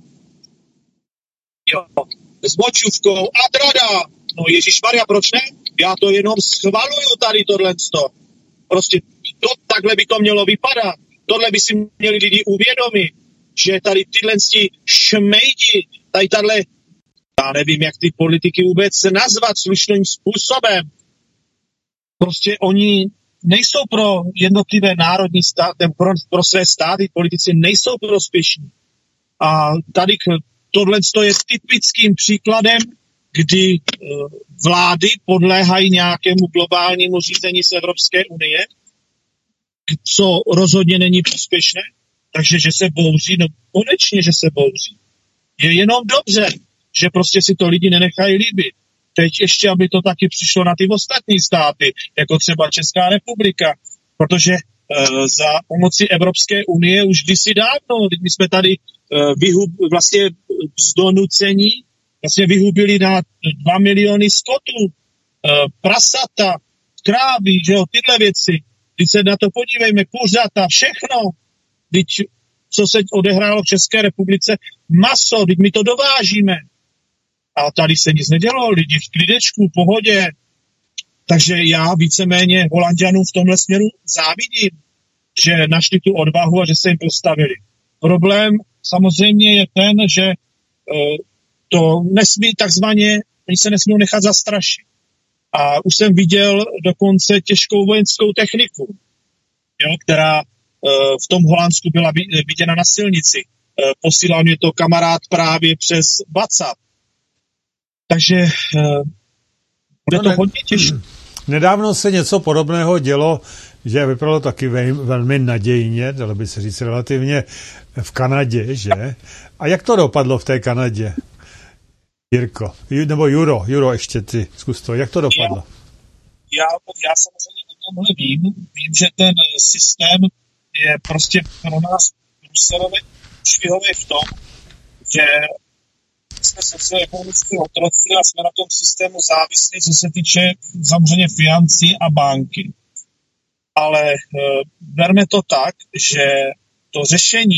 jo, s močůvkou a trada. No ježišmarja, proč ne? Já to jenom schvaluju tady tohleto. Prostě to, takhle by to mělo vypadat. Tohle by si měli lidi uvědomit, že tady tyhle šmejdi, tady tahle, já nevím, jak ty politiky vůbec nazvat slušným způsobem. Prostě oni nejsou pro jednotlivé národní státy, pro, pro své státy, politici nejsou prospěšní. A tady tohle je typickým příkladem, kdy vlády podléhají nějakému globálnímu řízení z Evropské unie, co rozhodně není prospěšné, takže že se bouří, no konečně, že se bouří. Je jenom dobře, že prostě si to lidi nenechají líbit. Teď ještě, aby to taky přišlo na ty ostatní státy, jako třeba Česká republika, protože e, za pomoci Evropské unie už kdysi dávno, my jsme tady vyhub, vlastně z donucení vlastně vyhubili na dva miliony skotů, prasata, krávy, že jo, tyhle věci. Když se na to podívejme, kuřata, všechno. Když, co se odehrálo v České republice, maso, když my to dovážíme. A tady se nic nedělo, lidi v klidečku, v pohodě. Takže já víceméně Holanďanům v tomhle směru závidím, že našli tu odvahu a že se jim postavili. Problém samozřejmě je ten, že e, to nesmí takzvaně, oni se nesmí nechat zastrašit. A už jsem viděl dokonce těžkou vojenskou techniku, jo, která e, v tom Holandsku byla viděna na silnici. E, posílal mě to kamarád právě přes WhatsApp. Takže e, bude no to ne, hodně těžké. Nedávno se něco podobného dělo, že vypadalo taky velmi nadějně, dalo by se říct relativně, v Kanadě, že? A jak to dopadlo v té Kanadě? Jirko, nebo Juro, Juro ještě ty, zkus to, jak to dopadlo? Já, já, já samozřejmě o tomhle vím, vím, že ten systém je prostě pro nás Bruselově švihový v tom, že jsme socioekonomicky otroci a jsme na tom systému závislí, co se týče samozřejmě financí a banky. Ale e, berme to tak, že to řešení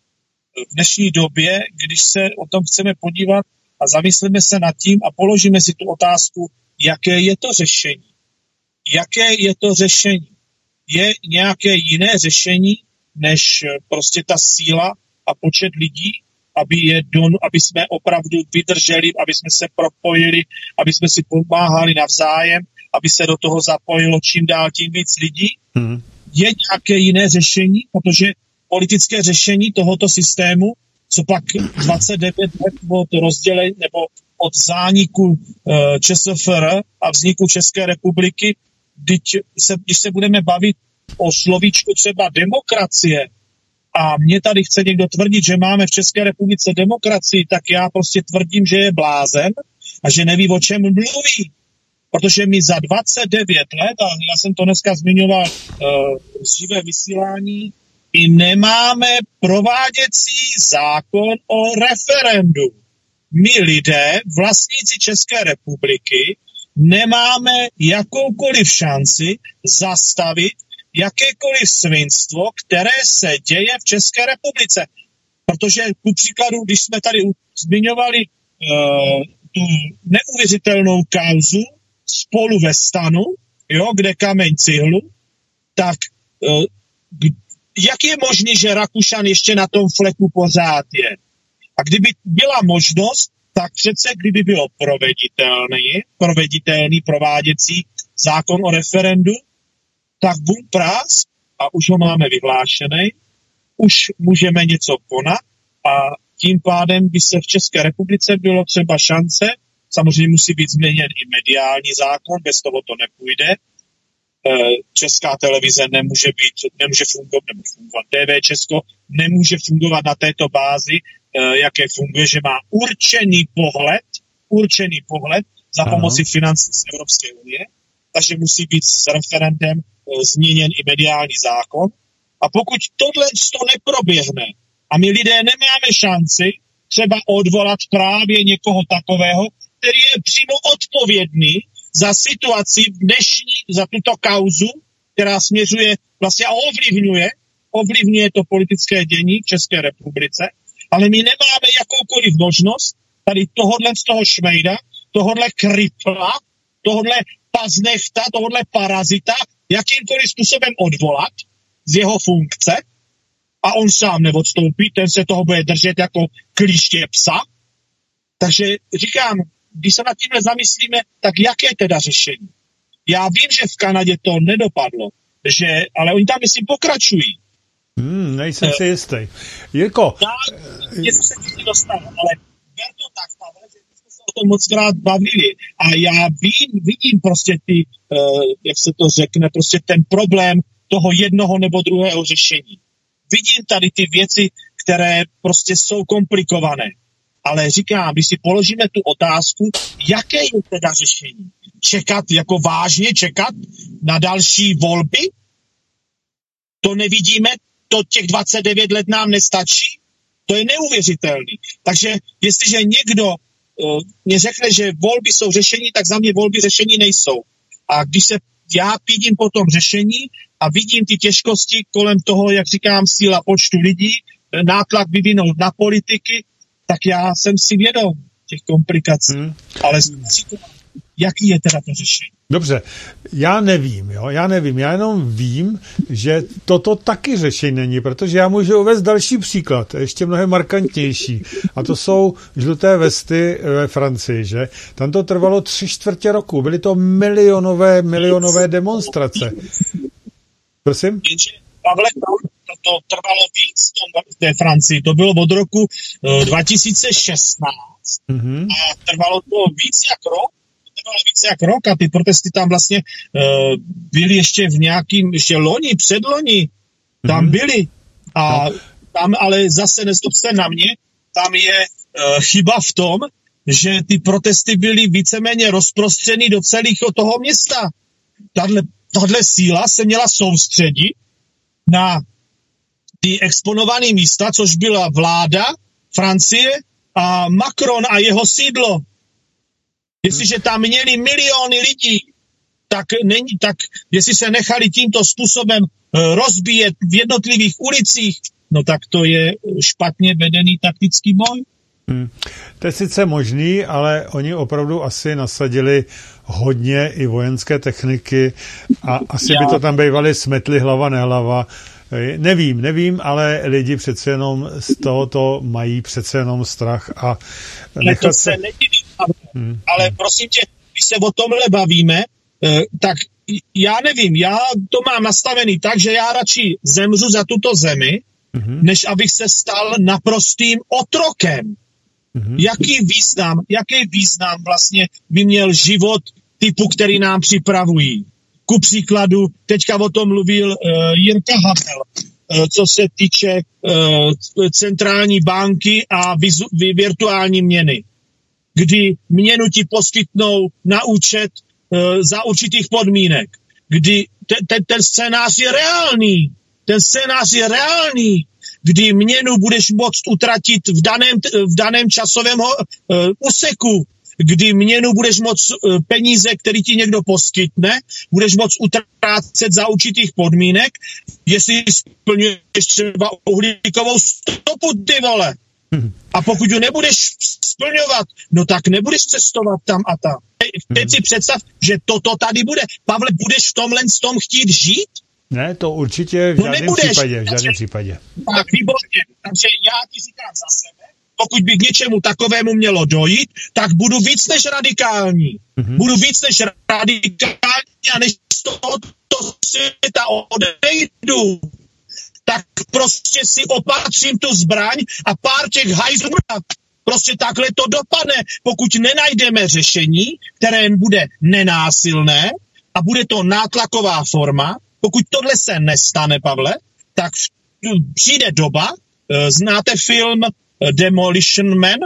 v dnešní době, když se o tom chceme podívat a zamyslíme se nad tím a položíme si tu otázku, jaké je to řešení. Jaké je to řešení? Je nějaké jiné řešení, než prostě ta síla a počet lidí, aby, je don, aby jsme opravdu vydrželi, aby jsme se propojili, aby jsme si pomáhali navzájem, aby se do toho zapojilo čím dál tím víc lidí. Hmm. Je nějaké jiné řešení, protože politické řešení tohoto systému, co pak dvacet devět let od rozdělení nebo od zániku e, ČSFR a vzniku České republiky, když se, když se budeme bavit o slovíčku třeba demokracie, a mě tady chce někdo tvrdit, že máme v České republice demokracii, tak já prostě tvrdím, že je blázen a že neví, o čem mluví. Protože my za dvacet devět let, a já jsem to dneska zmiňoval uh, z živé vysílání, my nemáme prováděcí zákon o referendu. My lidé, vlastníci České republiky, nemáme jakoukoliv šanci zastavit jakékoliv svinstvo, které se děje v České republice. Protože ku příkladu, když jsme tady zmiňovali uh, tu neuvěřitelnou kauzu Spolu ve stanu, jo, kde kameň cihlu, tak uh, jak je možné, že Rakušan ještě na tom fleku pořád je? A kdyby byla možnost, tak přece kdyby bylo proveditelný, proveditelný prováděcí zákon o referendu, tak bum prás, a už ho máme vyhlášený, už můžeme něco konat a tím pádem by se v České republice bylo třeba šance, samozřejmě musí být změněn i mediální zákon, bez toho to nepůjde. Česká televize nemůže být, nemůže fungovat, nemůže fungovat. T V Česko nemůže fungovat na této bázi, jaké funguje, že má určený pohled, určený pohled za pomoci financí z Evropské unie, takže musí být s referendem změněn i mediální zákon. A pokud tohle to neproběhne a my lidé nemáme šanci třeba odvolat právě někoho takového, který je přímo odpovědný za situaci dnešní, za tuto kauzu, která směřuje vlastně a ovlivňuje, ovlivňuje to politické dění v České republice, ale my nemáme jakoukoliv možnost tady tohodle z toho šmejda, tohodle krypla, tohodle paznechta, tohodle parazita, jakýmkoliv způsobem odvolat z jeho funkce a on sám neodstoupí, ten se toho bude držet jako klíště psa. Takže říkám, když se nad tímhle zamyslíme, tak jaké teda řešení? Já vím, že v Kanadě to nedopadlo, že, ale oni tam, myslím, pokračují. Hmm, nejsem si jistý. Jirko. Já, něco se ti dostalo, ale ber to tak, Pavel, že jsme se o tom moc krát bavili. A já vím, vidím prostě ty, uh, jak se to řekne, prostě ten problém toho jednoho nebo druhého řešení. Vidím tady ty věci, které prostě jsou komplikované. Ale říkám, když si položíme tu otázku, jaké je teda řešení? Čekat, jako vážně čekat na další volby? To nevidíme, to těch dvacet devět let nám nestačí? To je neuvěřitelný. Takže jestliže někdo uh, mě řekne, že volby jsou řešení, tak za mě volby řešení nejsou. A když se já pídím po tom řešení a vidím ty těžkosti kolem toho, jak říkám, síla počtu lidí, nátlak vyvinout na politiky, tak já jsem si vědom těch komplikací. Hmm. Ale jaký je teda to řešení? Dobře, já nevím, jo, já nevím, já jenom vím, že toto taky řešení není, protože já můžu uvést další příklad, ještě mnohem markantnější, a to jsou žluté vesty ve Francii, že? Tam to trvalo tři čtvrtě roku, byly to milionové, milionové demonstrace. Prosím? Pavle, to, to trvalo víc v té Francii, to bylo od roku uh, dva tisíce šestnáct mm-hmm. a trvalo to víc jak rok, trvalo víc jak rok a ty protesty tam vlastně uh, byly ještě v nějakým, ještě loni, předloni, tam mm-hmm. byly a no. Tam ale zase nezlob se na mě, tam je uh, chyba v tom, že ty protesty byly víceméně rozprostřeny do celého toho města. Tahle, tahle síla se měla soustředit na ty exponované místa, což byla vláda Francie a Macron a jeho sídlo. Jestliže tam měli miliony lidí, tak, není, tak jestli se nechali tímto způsobem rozbíjet v jednotlivých ulicích, no tak to je špatně vedený taktický boj. Hmm. To je sice možný, ale oni opravdu asi nasadili hodně i vojenské techniky a asi Já. by to tam bývali smetli hlava nehlava. Nevím, nevím, ale lidi přece jenom z tohoto mají přece jenom strach a nechat se... Nedivím, hmm. Ale prosím tě, když se o tomhle bavíme, tak já nevím, já to mám nastavený tak, že já radši zemřu za tuto zemi, hmm. než abych se stal naprostým otrokem. Mm-hmm. Jaký význam, jaký význam vlastně by měl život typu, který nám připravují? Ku příkladu, teďka o tom mluvil uh, Jirka Havel, uh, co se týče uh, centrální banky a vizu, virtuální měny, kdy měnu ti poskytnou na účet uh, za určitých podmínek, kdy te, te, ten scénář je reálný, ten scénář je reálný, kdy měnu budeš moct utratit v daném, v daném časovém uh, úseku, kdy měnu budeš moct uh, peníze, který ti někdo poskytne, budeš moct utrácet za určitých podmínek, jestli splňuješ třeba uhlíkovou stopu, ty vole. A pokud ji nebudeš splňovat, no tak nebudeš cestovat tam a tam. Teď si představ, že toto tady bude. Pavle, budeš v tomhle s tom chtít žít? Ne, to určitě v žádném no případě, v žádném případě. Tak, výborně. Takže já ti říkám za sebe, pokud by k něčemu takovému mělo dojít, tak budu víc než radikální. Mm-hmm. Budu víc než radikální a než z tohoto světa odejdu, tak prostě si opatřím tu zbraň a pár těch hajzlů. Prostě takhle to dopadne, pokud nenajdeme řešení, které bude nenásilné a bude to nátlaková forma. Pokud tohle se nestane, Pavle, tak přijde doba, znáte film Demolition Man?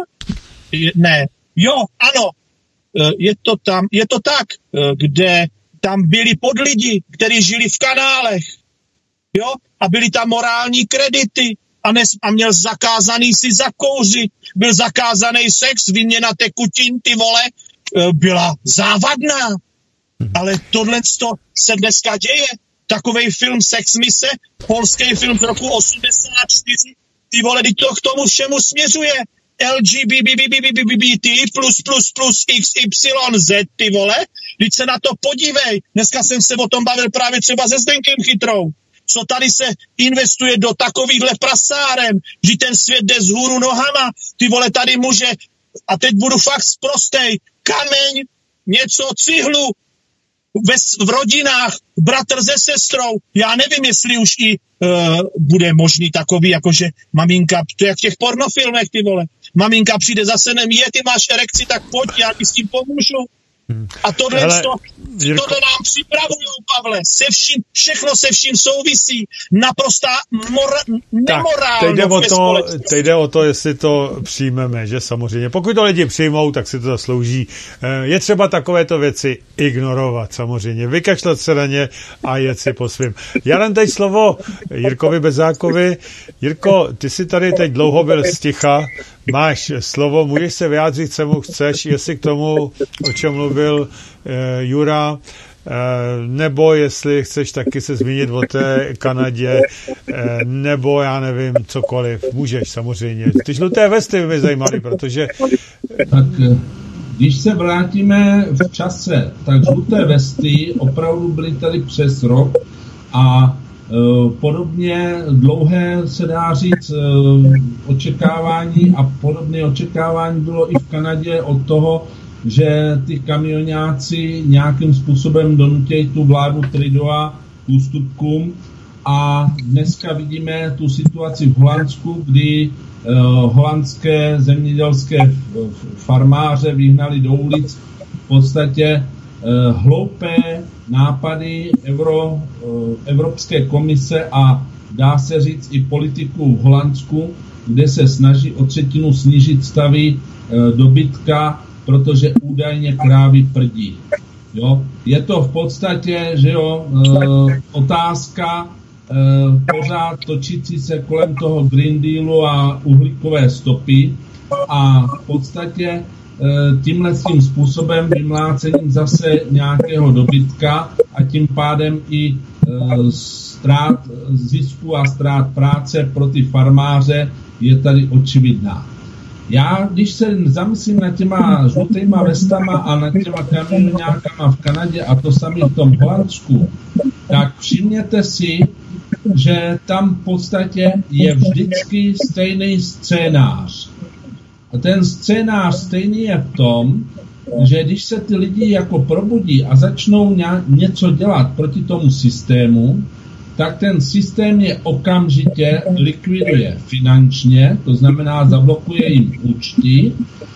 Ne. Jo, ano, je to tam, je to tak, kde tam byli podlidi, kteří žili v kanálech, jo, a byly tam morální kredity a, nes, a měl zakázaný si zakouřit, byl zakázaný sex, výměna tekutin, ty vole, byla závadná. Ale tohle se dneska děje. Takovej film Sex Mise, polský film z roku osmdesát čtyři, ty vole, to k tomu všemu směřuje. L G B B T plus plus plus X Y Z, ty vole, když se na to podívej. Dneska jsem se o tom bavil právě třeba se Zdenkem Chytrou. Co tady se investuje do takovýchhle prasáren, že ten svět jde vzhůru nohama, ty vole, tady může, a teď budu fakt sprostej, kameň, něco, cihlu, Ve, v rodinách, bratr se sestrou. Já nevím, jestli už i uh, bude možný takový, jakože maminka, to je jak v těch pornofilmech, ty vole. Maminka přijde za synem, je, ty máš erekci, tak pojď, já ti s tím pomůžu. Hmm. A tohle, Hele, to, Jirko... tohle nám připravují, Pavle, se vším, všechno se vším souvisí, naprostá mora, nemorálnost. Teď jde o to, jestli to přijmeme, že samozřejmě. Pokud to lidi přijmou, tak si to zaslouží. Je třeba takovéto věci ignorovat samozřejmě, vykašlat se na ně a jet si po svým. Já dám teď slovo Jirkovi Bezákovi. Jirko, ty jsi tady teď dlouho byl sticha, máš slovo, můžeš se vyjádřit, čemu chceš, jestli k tomu, o čem mluvil eh, Jura, eh, nebo jestli chceš taky se zmínit o té Kanadě, eh, nebo já nevím, cokoliv, můžeš samozřejmě. Ty žluté vesty by mě zajímaly, protože... Tak když se vrátíme v čase, tak žluté vesty opravdu byly tady přes rok a podobně dlouhé se dá říct očekávání a podobné očekávání bylo i v Kanadě od toho, že ty kamionáci nějakým způsobem donutějí tu vládu Trudeau k ústupkům a dneska vidíme tu situaci v Holandsku, kdy holandské zemědělské farmáře vyhnali do ulic v podstatě hloupé nápady Euro, Evropské komise a dá se říct i politiků v Holandsku, kde se snaží o třetinu snížit stavy dobytka, protože údajně krávy prdí. Jo? Je to v podstatě, že jo, otázka pořád točící se kolem toho Green Dealu a uhlíkové stopy a v podstatě tímhle tím způsobem vymlácením zase nějakého dobytka a tím pádem i ztrát zisku a ztrát práce pro ty farmáře je tady očividná. Já, když se zamyslím nad těma žlutýma vestama a nad těma kamionákama v Kanadě a to samé v tom Holandsku, tak všimněte si, že tam v podstatě je vždycky stejný scénář. A ten scénář stejný je v tom, že když se ty lidi jako probudí a začnou něco dělat proti tomu systému, tak ten systém je okamžitě likviduje finančně, to znamená zablokuje jim účty,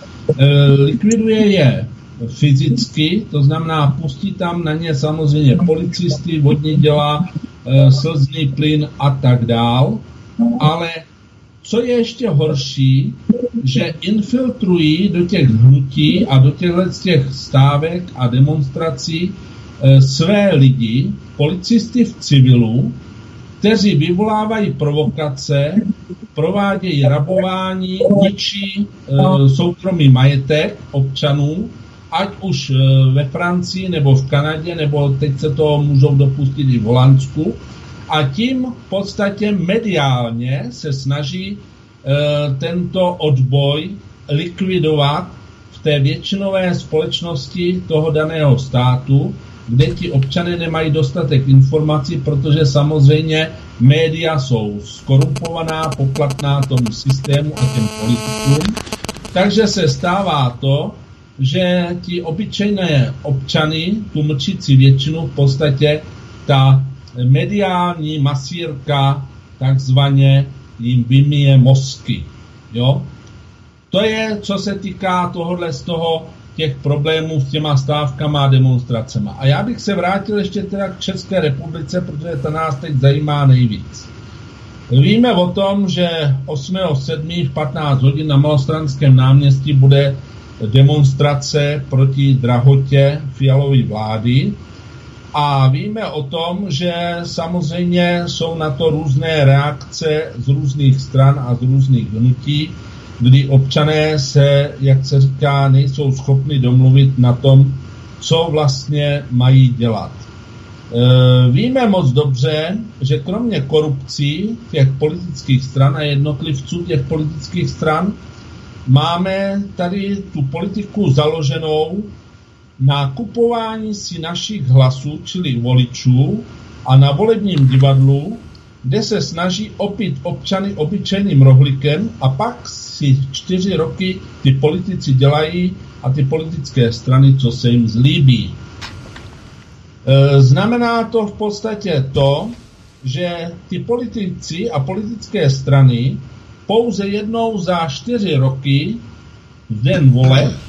likviduje je fyzicky, to znamená pustí tam na ně samozřejmě policisty, vodní děla, slzný plyn a tak dál, ale co je ještě horší, že infiltrují do těch hnutí a do těchto těch stávek a demonstrací e, své lidi, policisty v civilu, kteří vyvolávají provokace, provádějí rabování, ničí e, soukromý majetek občanů, ať už e, ve Francii nebo v Kanadě, nebo teď se to můžou dopustit i v Holandsku. A tím v podstatě mediálně se snaží e, tento odboj likvidovat v té většinové společnosti toho daného státu, kde ti občané nemají dostatek informací, protože samozřejmě média jsou skorumpovaná, poplatná tomu systému a těm politikům. Takže se stává to, že ti obyčejné občany, tu mlčící většinu, v podstatě ta mediální masírka takzvaně jim vymije mozky. Jo? To je, co se týká tohohle z toho, těch problémů s těma stávkama a demonstracema. A já bych se vrátil ještě teda k České republice, protože ta nás teď zajímá nejvíc. Víme o tom, že osmého sedmého v patnáct hodin na Malostranském náměstí bude demonstrace proti drahotě Fialovy vlády. A víme o tom, že samozřejmě jsou na to různé reakce z různých stran a z různých hnutí, kdy občané se, jak se říká, nejsou schopni domluvit na tom, co vlastně mají dělat. E, víme moc dobře, že kromě korupcí těch politických stran a jednotlivců těch politických stran máme tady tu politiku založenou na kupování si našich hlasů, čili voličů, a na volebním divadlu, kde se snaží opít občany obyčejným rohlíkem a pak si čtyři roky ty politici dělají a ty politické strany, co se jim zlíbí. E, znamená to v podstatě to, že ty politici a politické strany pouze jednou za čtyři roky v den voleb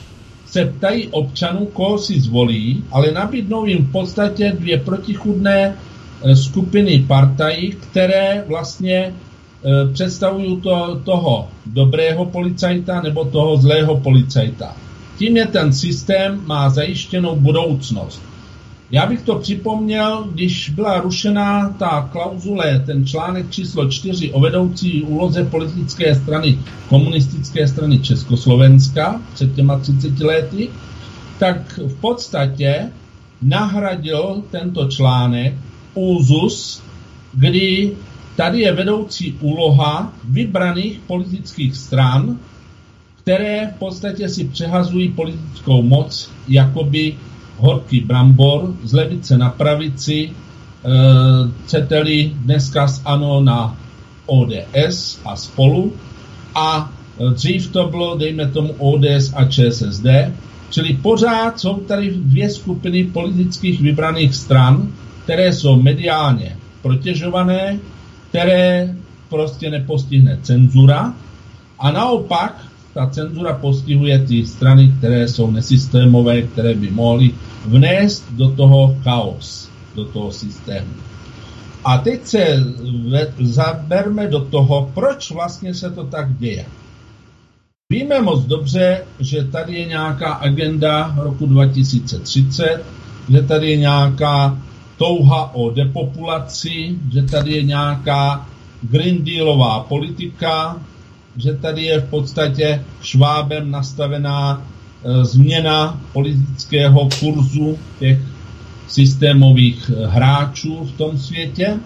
se ptají občanů, koho si zvolí, ale nabídnou jim v podstatě dvě protichůdné skupiny partají, které vlastně představují to, toho dobrého policajta nebo toho zlého policajta. Tím je ten systém, má zajištěnou budoucnost. Já bych to připomněl, když byla rušená ta klauzule, ten článek číslo čtyři o vedoucí úloze politické strany, komunistické strany Československa před těma třiceti lety, tak v podstatě nahradil tento článek úzus, kdy tady je vedoucí úloha vybraných politických stran, které v podstatě si přehazují politickou moc jakoby horký brambor z levice na pravici, chcete-li dneska z ANO na O D S a Spolu, a dřív to bylo, dejme tomu, O D S a Č S S D, čili pořád jsou tady dvě skupiny politických vybraných stran, které jsou mediálně protěžované, které prostě nepostihne cenzura, a naopak ta cenzura postihuje ty strany, které jsou nesystémové, které by mohly vnést do toho chaos, do toho systému. A teď se zaberme do toho, proč vlastně se to tak děje. Víme moc dobře, že tady je nějaká agenda roku dva tisíce třicet, že tady je nějaká touha o depopulaci, že tady je nějaká Green Dealová politika, že tady je v podstatě Švábem nastavená e, změna politického kurzu těch systémových hráčů v tom světě.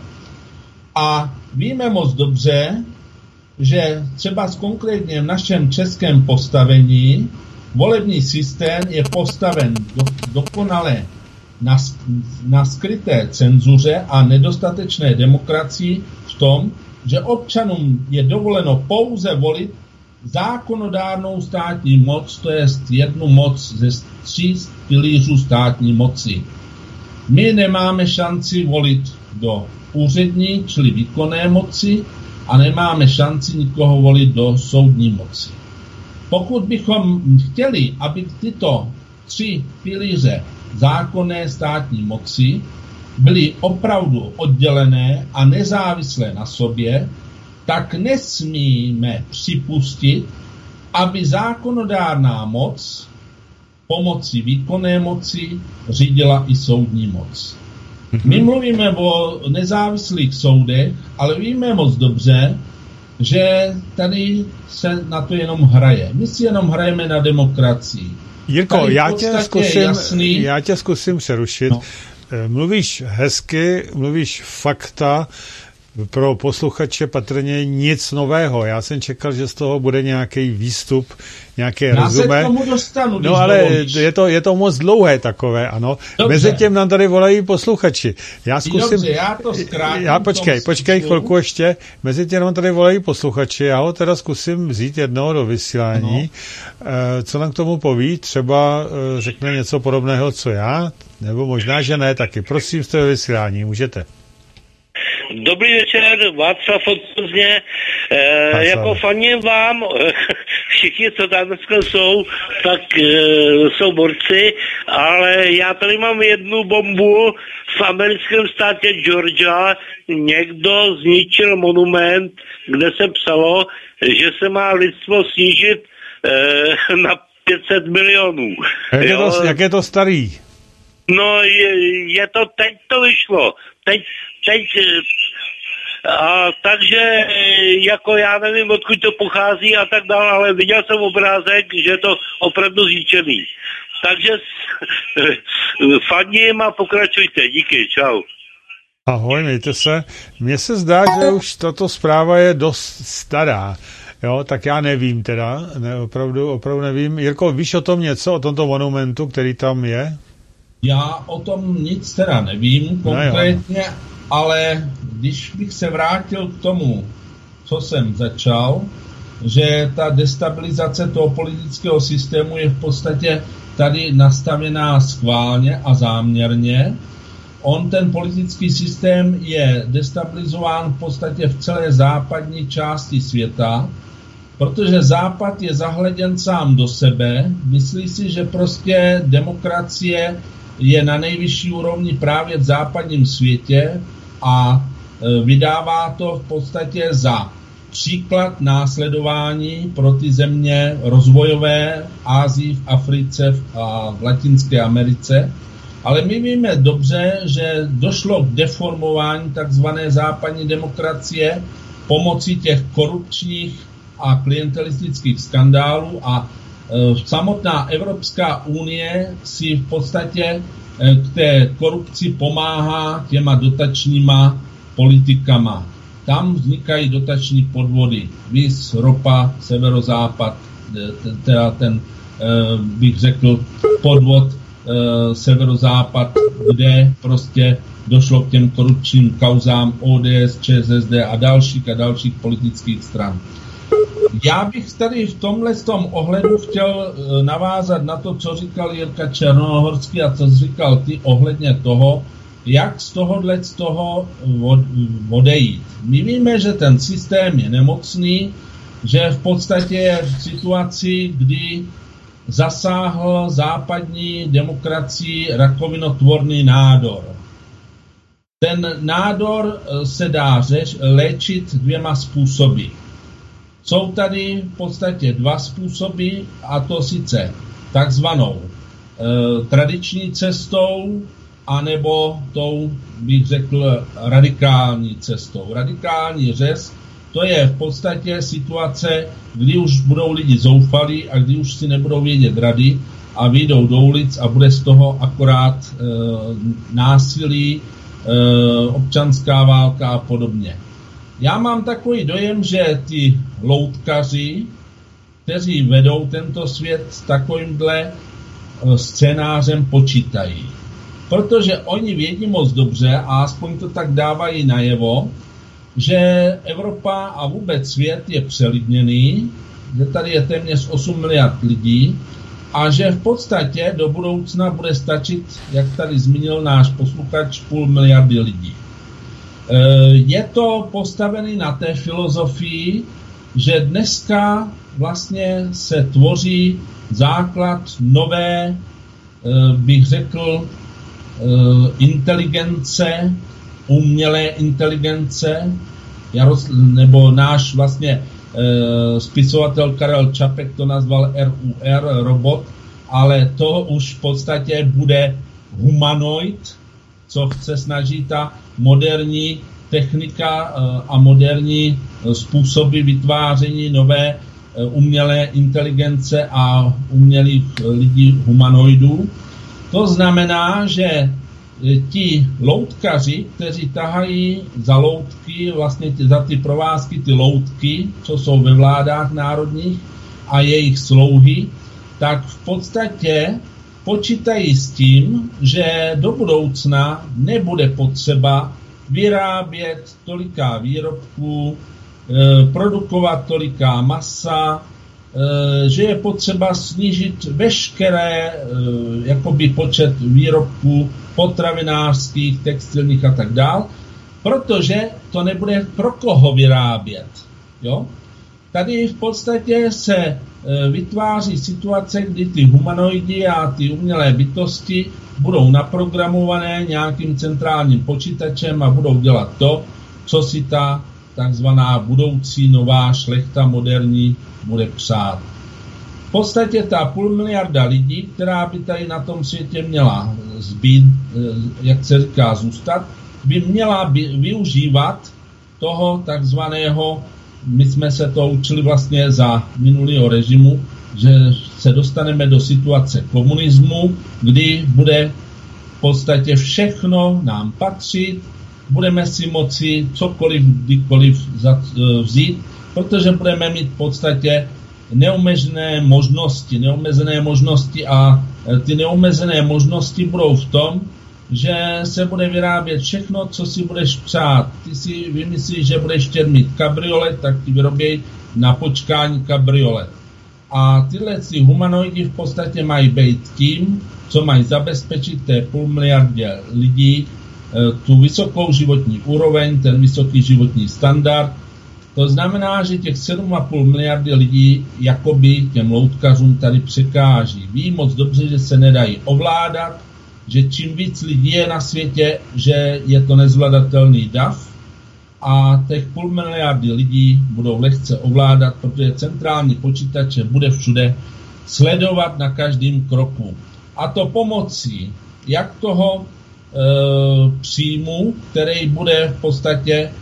A víme moc dobře, že třeba konkrétně v našem českém postavení volební systém je postaven do, dokonale na, na skryté cenzuře a nedostatečné demokracii v tom, že občanům je dovoleno pouze volit zákonodárnou státní moc, to je jednu moc ze tří pilířů státní moci. My nemáme šanci volit do úřední, čili výkonné moci, a nemáme šanci nikoho volit do soudní moci. Pokud bychom chtěli, aby tyto tři pilíře zákonné státní moci byly opravdu oddělené a nezávislé na sobě, tak nesmíme připustit, aby zákonodárná moc pomocí výkonné moci řídila i soudní moc. My mluvíme o nezávislých soudech, ale víme moc dobře, že tady se na to jenom hraje. My si jenom hrajeme na demokracii. Jirko, já tě, zkusím, jasný... já tě zkusím přerušit. No. Mluvíš hezky, mluvíš fakta, pro posluchače patrně nic nového. Já jsem čekal, že z toho bude nějaký výstup, nějaké rezumé. Já se k tomu dostanu, no ale je to, je to moc dlouhé takové, ano. Dobře. Mezi tím nám tady volají posluchači. Já zkusím... Dobře, já to zkrátím. Já počkej, počkej smyslu. chvilku ještě. Mezi tím nám tady volají posluchači. Já ho teda zkusím vzít jednoho do vysílání. No. Co nám k tomu poví? Třeba řekne něco podobného, co já? Nebo možná, že ne taky. Prosím, jste ve vysílání, můžete. Dobrý večer, Václav od Plzně. E, jako faním vám, všichni, co tam dneska jsou, tak e, jsou borci, ale já tady mám jednu bombu. V americkém státě Georgia někdo zničil monument, kde se psalo, že se má lidstvo snížit e, na pět set milionů. Jak je to, jak je to starý? No, je, je to, teď to vyšlo. Teď, teď, a takže, jako já nevím, odkud to pochází a tak dále, ale viděl jsem obrázek, že je to opravdu zničený. Takže fandím a pokračujte. Díky, čau. Ahoj, mějte se. Mně se zdá, že už tato zpráva je dost stará. Jo, tak já nevím teda, ne, opravdu, opravdu nevím. Jirko, víš o tom něco, o tomto monumentu, který tam je? Já o tom nic teda nevím konkrétně, no ale když bych se vrátil k tomu, co jsem začal, že ta destabilizace toho politického systému je v podstatě tady nastavená schválně a záměrně. On, ten politický systém, je destabilizován v podstatě v celé západní části světa. protože Západ je zahleděn sám do sebe, myslí si, že prostě demokracie je na nejvyšší úrovni právě v západním světě a vydává to v podstatě za příklad následování pro ty země rozvojové v Ázii, v Africe a v Latinské Americe. Ale my víme dobře, že došlo k deformování takzvané západní demokracie pomocí těch korupčních a klientelistických skandálů a e, samotná Evropská unie si v podstatě e, k té korupci pomáhá těma dotačníma politikama. Tam vznikají dotační podvody. Vys, ropa, severozápad, teda ten, bych řekl, podvod severozápad, kde prostě došlo k těm korupčním kauzám O D S, ČSSD a dalších a dalších politických stran. Já bych tady v tomhle tom ohledu chtěl navázat na to, co říkal Jirka Černohorský a co říkal ty ohledně toho, jak z tohohle z toho odejít. My víme, že ten systém je nemocný, že v podstatě je v situaci, kdy zasáhl západní demokracii rakovinotvorný nádor. Ten nádor se dá řeš, léčit dvěma způsoby. Jsou tady v podstatě dva způsoby, a to sice takzvanou e, tradiční cestou, anebo tou, bych řekl, radikální cestou. Radikální řez, to je v podstatě situace, kdy už budou lidi zoufalí a kdy už si nebudou vědět rady a vyjdou do ulic a bude z toho akorát e, násilí, e, občanská válka a podobně. Já mám takový dojem, že ty loutkaři, kteří vedou tento svět s takovýmhle scénářem počítají. Protože oni vědí moc dobře, a aspoň to tak dávají najevo, že Evropa a vůbec svět je přelidněný, že tady je téměř osm miliard lidí a že v podstatě do budoucna bude stačit, jak tady zmínil náš posluchač, půl miliardy lidí. Je to postavené na té filozofii, že dneska vlastně se tvoří základ nové, bych řekl, inteligence, umělé inteligence, nebo náš vlastně spisovatel Karel Čapek to nazval R U R, robot, ale to už v podstatě bude humanoid, co se snaží ta moderní technika a moderní způsoby vytváření nové umělé inteligence a umělých lidí humanoidů. To znamená, že ti loutkaři, kteří tahají za loutky, vlastně za ty provázky ty loutky, co jsou ve vládách národních a jejich slouhy, tak v podstatě počítají s tím, že do budoucna nebude potřeba vyrábět toliká výrobků, produkovat toliká masa, že je potřeba snížit veškeré jakoby počet výrobků potravinářských, textilních a tak dál, protože to nebude pro koho vyrábět. Jo? Tady v podstatě se vytváří situace, kdy ty humanoidy a ty umělé bytosti budou naprogramované nějakým centrálním počítačem a budou dělat to, co si ta takzvaná budoucí nová šlechta moderní bude přát. V podstatě ta půl miliarda lidí, která by tady na tom světě měla zbýt, jak se říká, zůstat, by měla by využívat toho takzvaného, my jsme se to učili vlastně za minulého režimu, že se dostaneme do situace komunismu, kdy bude v podstatě všechno nám patřit, budeme si moci cokoliv, kdykoliv vzít, protože budeme mít v podstatě neomezené možnosti, neomezené možnosti a ty neomezené možnosti budou v tom, že se bude vyrábět všechno, co si budeš přát. Ty si vymyslíš, že budeš chtět mít kabriolet, tak ti vyroběj na počkání kabriolet. A tyhle ty humanoidi v podstatě mají být tím, co mají zabezpečit té půl miliardě lidí tu vysokou životní úroveň, ten vysoký životní standard, To znamená, že těch sedm a půl miliardy lidí jakoby těm loutkařům tady překáží. Ví moc dobře, že se nedají ovládat, že čím víc lidí je na světě, že je to nezvladatelný dav a těch půl miliardy lidí budou lehce ovládat, protože centrální počítače bude všude sledovat na každém kroku. A to pomocí jak toho e, příjmu, který bude v podstatě e,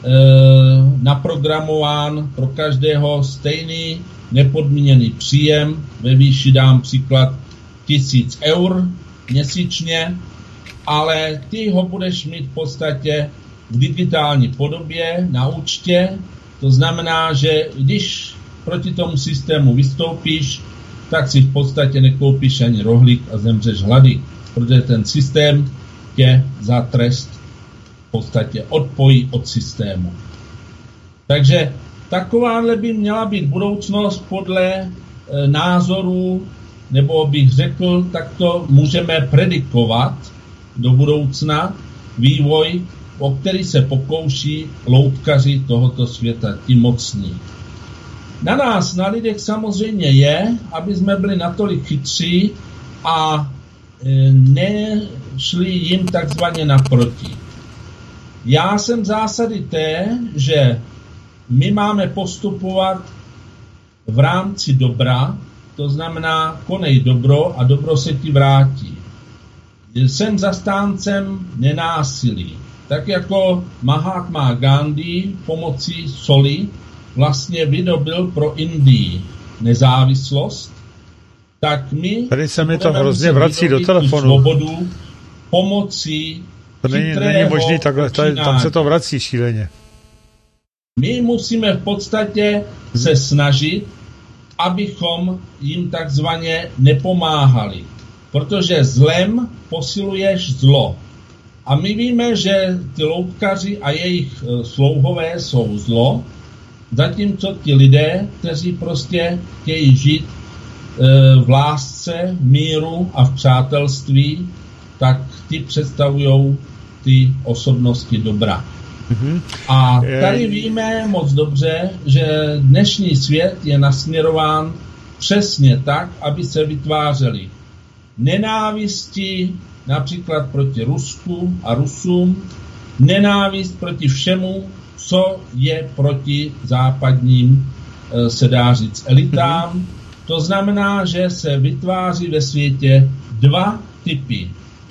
naprogramován pro každého stejný nepodmíněný příjem ve výši, dám příklad, tisíc eur měsíčně, ale ty ho budeš mít v podstatě v digitální podobě na účtě. To znamená, že když proti tomu systému vystoupíš, tak si v podstatě nekoupíš ani rohlík a zemřeš hlady, protože ten systém tě za trest v podstatě odpojí od systému. Takže takováhle by měla být budoucnost podle e, názorů, nebo bych řekl, tak to můžeme predikovat do budoucna vývoj, o který se pokouší loutkaři tohoto světa, ti mocní. Na nás, na lidech samozřejmě je, aby jsme byli natolik chytří a e, nešli jim takzvaně naproti. Já jsem zásady té, že my máme postupovat v rámci dobra, to znamená konej dobro a dobro se ti vrátí. Jsem zastáncem nenásilí. Tak jako Mahatma Gandhi pomocí soli vlastně vydobil pro Indii nezávislost, tak my tady se mi to hrozně vrací do telefonu. Svobodu pomocí to není, není možný takhle, tady, tam se to vrací šíleně. My musíme v podstatě hmm. se snažit, abychom jim takzvaně nepomáhali, protože zlem posiluješ zlo. A my víme, že ty loutkaři a jejich slouhové jsou zlo, zatímco ti lidé, kteří prostě chtějí žít e, v lásce, v míru a v přátelství, tak ty představují ty osobnosti dobra. Mm-hmm. A tady víme moc dobře, že dnešní svět je nasměrován přesně tak, aby se vytvářely nenávisti, například proti Rusku a Rusům, nenávist proti všemu, co je proti západním, se dá říct, elitám. Mm-hmm. To znamená, že se vytváří ve světě dva typy,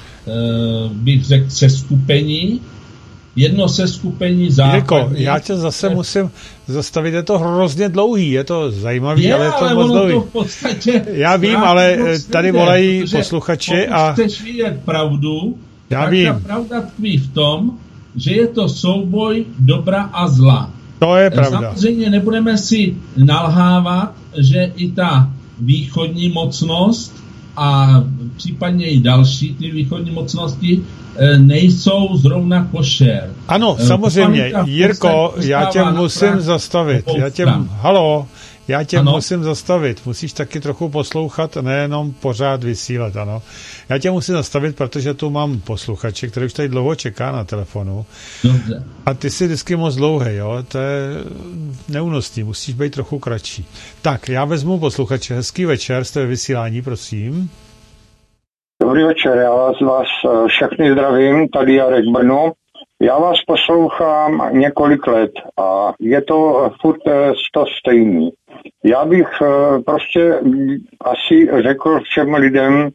bych řekl, seskupení. Jedno seskupení západní. Jirko, já tě zase musím zastavit, je to hrozně dlouhý, je to zajímavý, je, ale je to ale moc dlouhý. To v podstatě já vím, ale tady volají posluchači a... Pokud chceš vidět pravdu, já tak vím. ta pravda tkví v tom, že je to souboj dobra a zla. To je pravda. Samozřejmě nebudeme si nalhávat, že i ta východní mocnost a případně i další ty východní mocnosti nejsou zrovna košer. Ano, samozřejmě. Jirko, já tě musím zastavit. Já tě, halo, já tě ano? musím zastavit. Musíš taky trochu poslouchat, nejenom pořád vysílat, ano. Já tě musím zastavit, protože tu mám posluchače, který už tady dlouho čeká na telefonu. Dobře. A ty jsi vždycky moc dlouhý, jo? To je neúnosný, musíš být trochu kratší. Tak, já vezmu posluchače. Hezký večer, jste ve vysílání, prosím. Dobrý večer, já vás, vás všechny zdravím, tady Jarek Brno. Já vás poslouchám několik let a je to furt to stejný. Já bych prostě asi řekl všem lidem,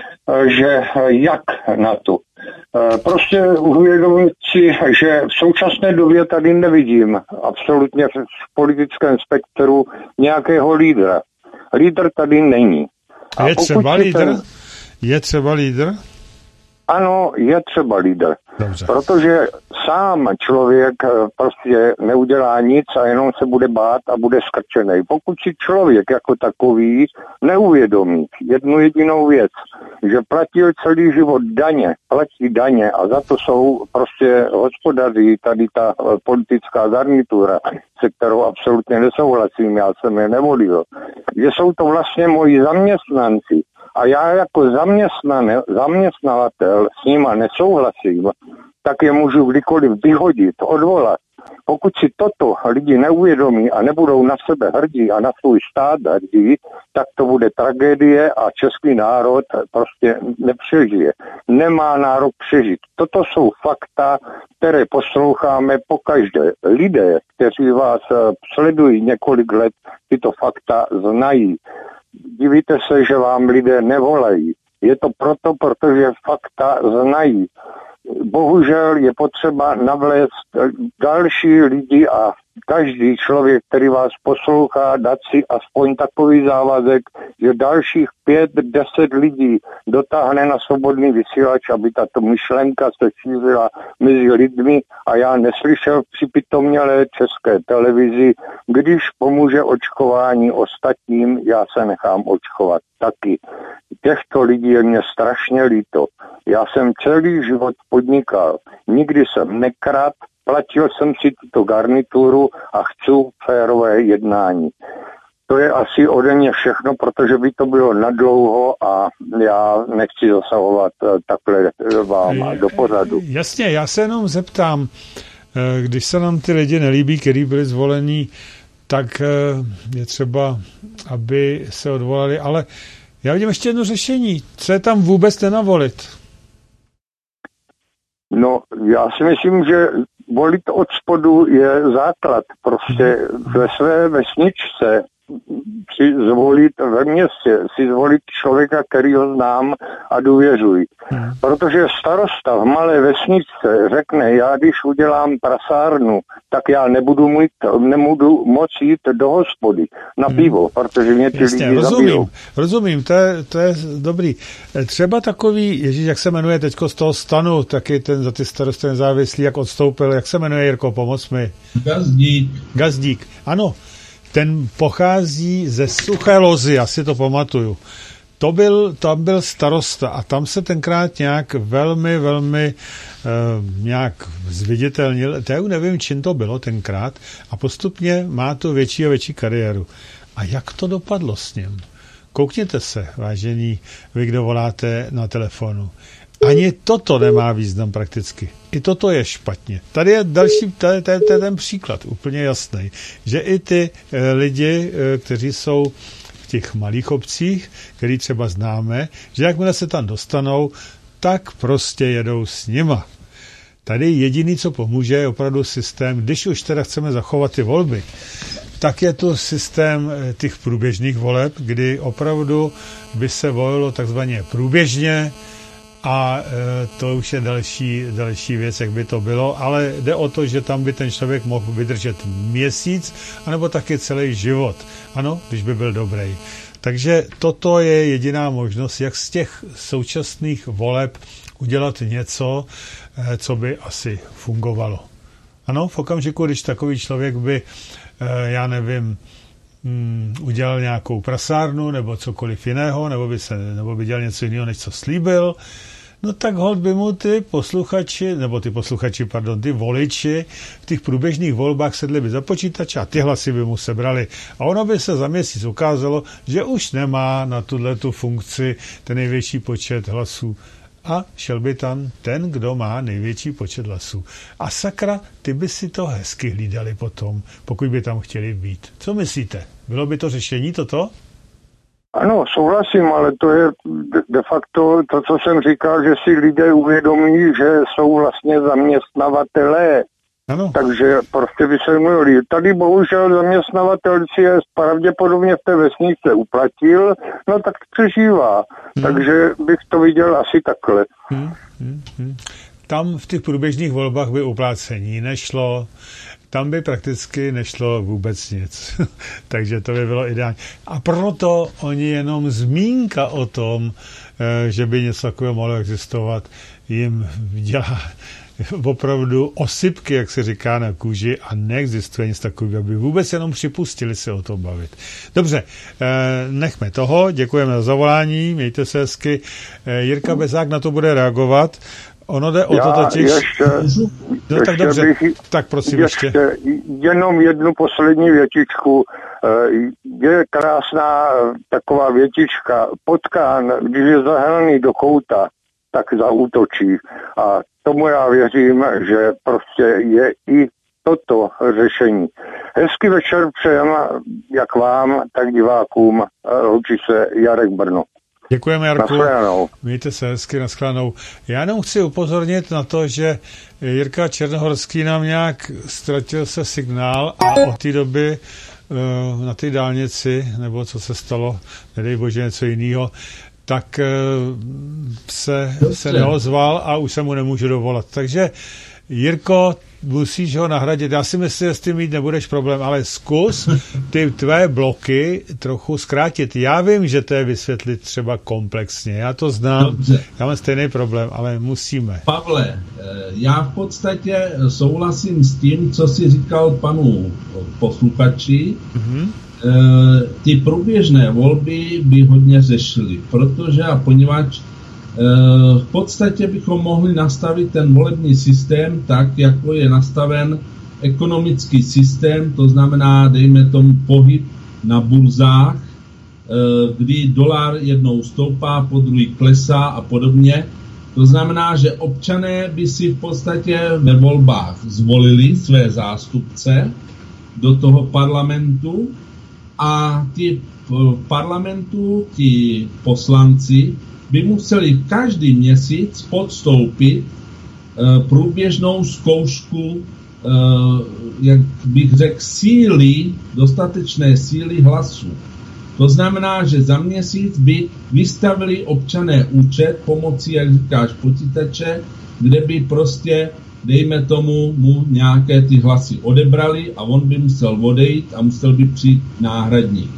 že jak na to. Prostě uvědomit si, že v současné době tady nevidím absolutně v politickém spektru nějakého lídra. Lídr tady není. A je třeba lídr? Ten... Je třeba lídr? Ano, je třeba lídr. Dobře. Protože sám člověk prostě neudělá nic a jenom se bude bát a bude skrčený. Pokud si člověk jako takový neuvědomí jednu jedinou věc, že platil celý život daně, platí daně a za to jsou prostě hospodaří, tady ta politická garnitura, se kterou absolutně nesouhlasím, já jsem je nevolil, že jsou to vlastně moji zaměstnanci. A já jako zaměstnavatel s nima nesouhlasím, tak je můžu kdykoliv vyhodit, odvolat. pokud si toto lidi neuvědomí a nebudou na sebe hrdí a na svůj stát hrdí, tak to bude tragédie a český národ prostě nepřežije. Nemá nárok přežít. Toto jsou fakta, které posloucháme pokaždé. Lidé, kteří vás sledují několik let, tyto fakta znají. Divíte se, že vám lidé nevolají. Je to proto, protože fakta znají. Bohužel je potřeba navléct další lidi a každý člověk, který vás poslouchá, dát si aspoň takový závazek, že dalších pět, deset lidí dotáhne na svobodný vysílač, aby tato myšlenka se šířila mezi lidmi a já neslyšel v připitomělé české televizi, když pomůže očkování ostatním, já se nechám očkovat taky. Těchto lidí je mě strašně líto. Já jsem celý život podnikal. Nikdy jsem nekradl, platil jsem si tuto garnituru a chci férové jednání. To je asi ode mě všechno, protože by to bylo nadlouho a já nechci zasahovat takhle vám do pořadu. Jasně, já se jenom zeptám, když se nám ty lidi nelíbí, kteří byli zvolení, tak je třeba, aby se odvolali, ale já vidím ještě jedno řešení. Co je tam vůbec nenavolit? No, já si myslím, že volit od spodu je základ. Prostě ve své vesničce si zvolit ve městě, si zvolit člověka, který ho znám a důvěřuji. Hmm. Protože starosta v malé vesničce řekne, já když udělám prasárnu, tak já nebudu, mít, nebudu moc jít do hospody na pivo, hmm. protože mě ty Jasně, lidi rozumím, zabijou. Rozumím, to je, to je dobrý. Třeba takový, ježíš, jak se jmenuje teďko z toho stanu, taky ten za ty starosty nezávislý, jak odstoupil, jak se jmenuje, Jirko, pomoc mi. Gazdík. Gazdík, ano. Ten pochází ze Suché Lozy, já si to pamatuju. To byl, tam byl starosta a tam se tenkrát nějak velmi, velmi uh, nějak zviditelnil. Já nevím, čím to bylo tenkrát a postupně má to větší a větší kariéru. A jak to dopadlo s ním? Koukněte se, vážení, vy, kdo voláte na telefonu. Ani toto nemá význam prakticky. I toto je špatně. Tady je další, tady, tady, tady ten příklad úplně jasný, že i ty e, lidi, e, kteří jsou v těch malých obcích, který třeba známe, že jakmile se tam dostanou, tak prostě jedou s nima. Tady jediný, co pomůže, je opravdu systém, když už teda chceme zachovat ty volby, tak je to systém těch průběžných voleb, kdy opravdu by se volilo takzvaně průběžně. A e, to už je další, další věc, jak by to bylo, ale jde o to, že tam by ten člověk mohl vydržet měsíc, anebo taky celý život, ano, když by byl dobrý. Takže toto je jediná možnost, jak z těch současných voleb udělat něco, e, co by asi fungovalo. Ano, v okamžiku, když takový člověk by, e, já nevím, mm, udělal nějakou prasárnu, nebo cokoliv jiného, nebo by, se, nebo by dělal něco jiného, než co slíbil, no tak holt by mu ty posluchači, nebo ty posluchači, pardon, ty voliči v těch průběžných volbách sedli by za počítač a ty hlasy by mu sebrali. A ono by se za měsíc ukázalo, že už nemá na tuhletu funkci ten největší počet hlasů. A šel by tam ten, kdo má největší počet hlasů. A sakra, ty by si to hezky hlídali potom, pokud by tam chtěli být. Co myslíte? Bylo by to řešení toto? Ano, souhlasím, ale to je de facto to, co jsem říkal, že si lidé uvědomí, že jsou vlastně zaměstnavatelé. Ano. Takže prostě by se mluvili. Tady bohužel zaměstnavatel si je pravděpodobně v té vesnice uplatil, no tak přežívá. Hmm. Takže bych to viděl asi takhle. Hmm. Hmm. Hmm. Tam v těch průběžných volbách by uplácení nešlo, tam by prakticky nešlo vůbec nic. Takže to by bylo ideální. A proto oni jenom zmínka o tom, že by něco takového mohlo existovat, jim dělá opravdu osypky, jak se říká, na kůži a neexistuje nic takového, aby vůbec jenom připustili se o tom bavit. Dobře, nechme toho, děkujeme za zavolání, mějte se hezky. Jirka Bezák na to bude reagovat. Ono jde o Já to totiž... Ještě, no tak dobře, bych, tak prosím ještě. ještě. Jenom jednu poslední větičku. Je krásná taková větička. Potkán, když je zahraný do kouta, tak zaútočí. A tomu já věřím, že prostě je i toto řešení. Hezký večer přejem jak vám, tak divákům. Loučí se Jarek Brno. Děkujeme, Jarku. Naschledanou. Mějte se hezky, naschledanou. Já jenom chci upozornit na to, že Jirka Černohorský nám nějak ztratil se signál a od té doby na té dálnici, nebo co se stalo, nedej bože něco jiného, tak se, se neozval a už se mu nemůžu dovolat. Takže Jirko, musíš ho nahradit. Já si myslím, že s tím mít nebudeš problém, ale zkus ty tvé bloky trochu zkrátit. Já vím, že to je vysvětlit třeba komplexně. Já to znám. Dobře. Já mám stejný problém, ale musíme. Pavle, já v podstatě souhlasím s tím, co jsi říkal panu posluchači. Mm-hmm. Ty průběžné volby by hodně řešily, protože a poněvadž v podstatě bychom mohli nastavit ten volební systém tak, jako je nastaven ekonomický systém, to znamená, dejme tomu pohyb na burzách, kdy dolar jednou stoupá, po druhý klesá a podobně. To znamená, že občané by si v podstatě ve volbách zvolili své zástupce do toho parlamentu a ty v parlamentu, ti poslanci by museli každý měsíc podstoupit uh, průběžnou zkoušku, uh, jak bych řekl, síly, dostatečné síly hlasů. To znamená, že za měsíc by vystavili občané účet pomocí, jak říkáš, počítače, kde by prostě, dejme tomu, mu nějaké ty hlasy odebrali a on by musel odejít a musel by přijít náhradník.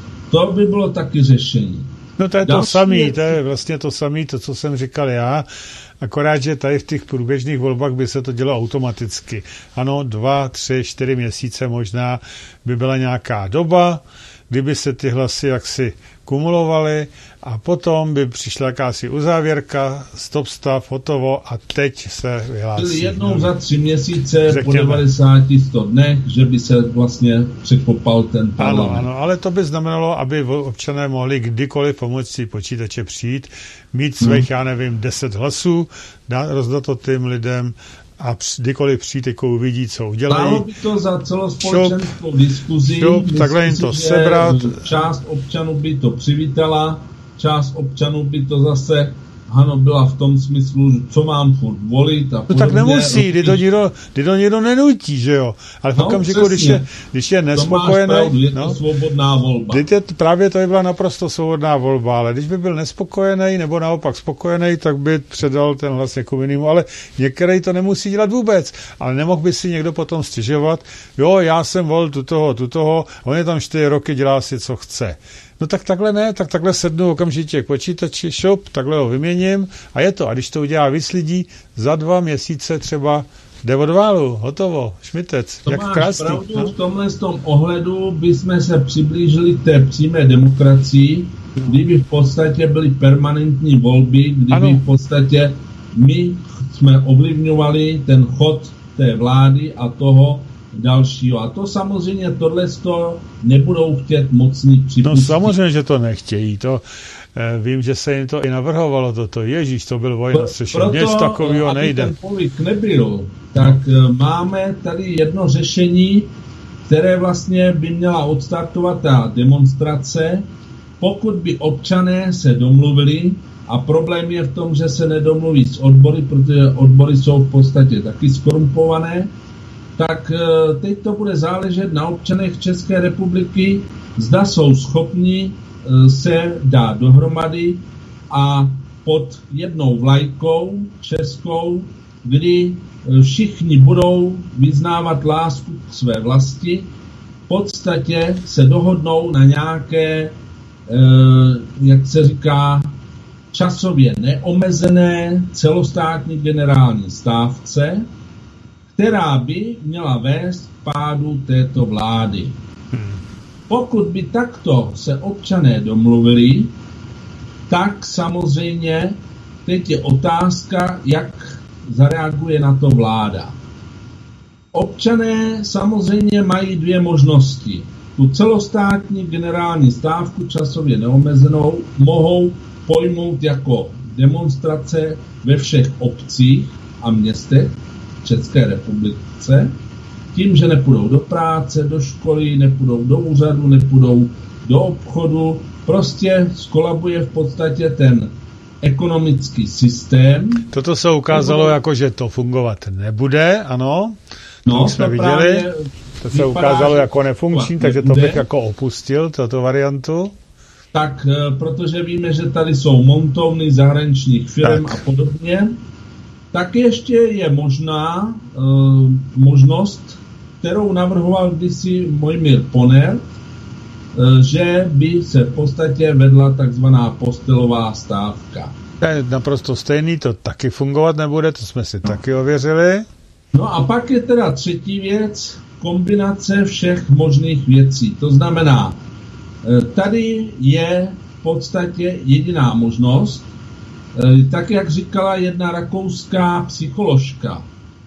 To by bylo taky řešení. No to je to samé, to je vlastně to samé, to, co jsem říkal já, akorát, že tady v těch průběžných volbách by se to dělo automaticky. Ano, dva, tři, čtyři měsíce možná by byla nějaká doba, kdyby se ty hlasy jaksi kumulovaly a potom by přišla jakási uzávěrka, stop stav, hotovo a teď se vyhlásí. Byli jednou no, za tři měsíce řekněme, po devadesáti sto dnech, že by se vlastně překopal ten parlament. Ano, ano, ale to by znamenalo, aby občané mohli kdykoliv pomocí počítače přijít, mít svých, hmm. já nevím, deset hlasů, dát, rozdat to tím lidem a kdykoliv přijít, jako uvidí, co udělají. Dálo by to za celospolečenskou diskuzi. Takhle jim to sebrat. Část občanů by to přivítala, část občanů by to zase ano, byla v tom smyslu, co mám furt volit a no tak nemusí, kdy to někdo, kdy to někdo nenutí, že jo. Ale v no, okamžiku, když je, když je nespokojený, to je no, to svobodná volba. Je, právě to by byla naprosto svobodná volba, ale když by byl nespokojený nebo naopak spokojený, tak by předal ten hlas někomu jinému, ale některý to nemusí dělat vůbec. Ale nemohl by si někdo potom stěžovat, jo, já jsem volil tutoho, tutoho, on je tam čtyři roky, dělá si, co chce. No tak takhle ne, tak takhle sednu okamžitě k počítači, šup, takhle ho vyměním a je to. A když to udělá víc lidí, za dva měsíce třeba jde od válu, hotovo, šmitec, to jak krásný. Pravdu, no? V tomhle tom ohledu bychom se přiblížili k té přímé demokracii, kdyby v podstatě byly permanentní volby, kdyby ano. v podstatě my jsme ovlivňovali ten chod té vlády a toho dalšího. A to samozřejmě tohle nebudou chtět mocní připustit. No samozřejmě, že to nechtějí. To, eh, vím, že se jim to i navrhovalo toto. Ježíš, to byl vojna střeše. Nic takového nejde. Proto, aby ten povyk nebyl, tak no. máme tady jedno řešení, které vlastně by měla odstartovat ta demonstrace, pokud by občané se domluvili, a problém je v tom, že se nedomluví s odbory, protože odbory jsou v podstatě taky skorumpované, tak teď to bude záležet na občanech České republiky, zda jsou schopni se dát dohromady a pod jednou vlajkou českou, kdy všichni budou vyznávat lásku k své vlasti, v podstatě se dohodnou na nějaké, jak se říká, časově neomezené celostátní generální stávce, která by měla vést k pádu této vlády. Pokud by takto se občané domluvili, tak samozřejmě teď je otázka, jak zareaguje na to vláda. Občané samozřejmě mají dvě možnosti. Tu celostátní generální stávku časově neomezenou mohou pojmout jako demonstrace ve všech obcích a městech v České republice, tím, že nepůjdou do práce, do školy, nepůjdou do úřadu, nepůjdou do obchodu, prostě skolabuje v podstatě ten ekonomický systém. Toto se ukázalo nebo... jako, že to fungovat nebude, ano. To no, jsme to viděli. To se vypadá, ukázalo jako nefunkční, takže to bych jako opustil, tato variantu. Tak, protože víme, že tady jsou montovny zahraničních firm tak. a podobně, tak ještě je možná uh, možnost, kterou navrhoval kdysi Mojmír Poner, uh, že by se v podstatě vedla takzvaná postelová stávka. To je naprosto stejný, to taky fungovat nebude, to jsme si no. taky ověřili. No a pak je teda třetí věc, kombinace všech možných věcí. To znamená, tady je v podstatě jediná možnost, tak jak říkala jedna rakouská psycholožka,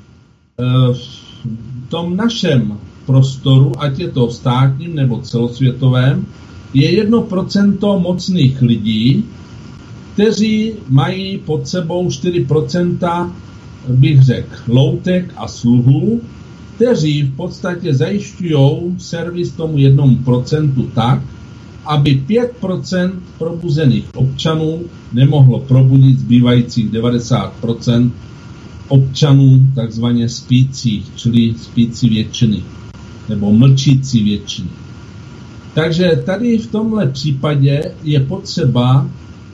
v tom našem prostoru, ať je to státním nebo celosvětovém, je jedno procento mocných lidí, kteří mají pod sebou čtyři procenta, bych řekl, loutek a sluhů, kteří v podstatě zajišťují servis tomu jednomu procentu tak, aby pět procent probuzených občanů nemohlo probudit zbývajících devadesát procent občanů takzvaně spících, čili spící většiny, nebo mlčící většiny. Takže tady v tomhle případě je potřeba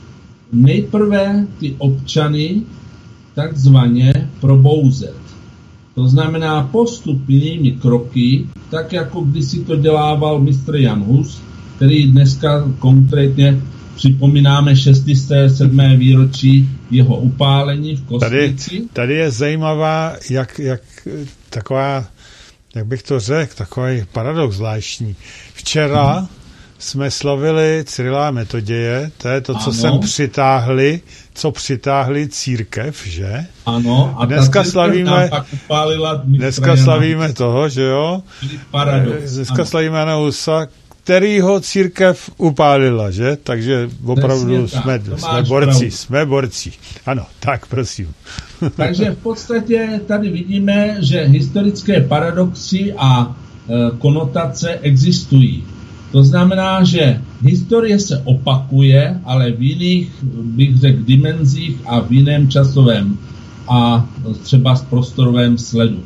nejprve ty občany takzvaně probouzet. To znamená postupnými kroky, tak jako kdysi to dělával mistr Jan Hus, který dneska konkrétně připomínáme šestého sedmého výročí jeho upálení v Kostnici. Tady, tady je zajímavá, jak, jak taková, jak bych to řekl, takový paradox zvláštní. Včera hmm. jsme slavili Cyrila Metoděje, to je to, co ano. sem přitáhli, co přitáhli církev, že? Ano. A dneska slavíme, dneska slavíme toho, že jo? Paradox. Dneska ano. slavíme Jana Husa, kterýho církev upálila, že? Takže opravdu jsme, jsme borci, pravdu. jsme borci. Ano, tak prosím. Takže v podstatě tady vidíme, že historické paradoxy a e, konotace existují. To znamená, že historie se opakuje, ale v jiných, bych řekl, dimenzích a v jiném časovém a třeba s prostorovém sledu.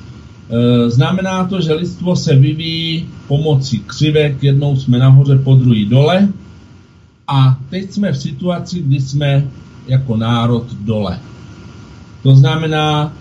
Znamená to, že lidstvo se vyvíjí pomocí křivek, jednou jsme nahoře, po druhý dole a teď jsme v situaci, kdy jsme jako národ dole. To znamená,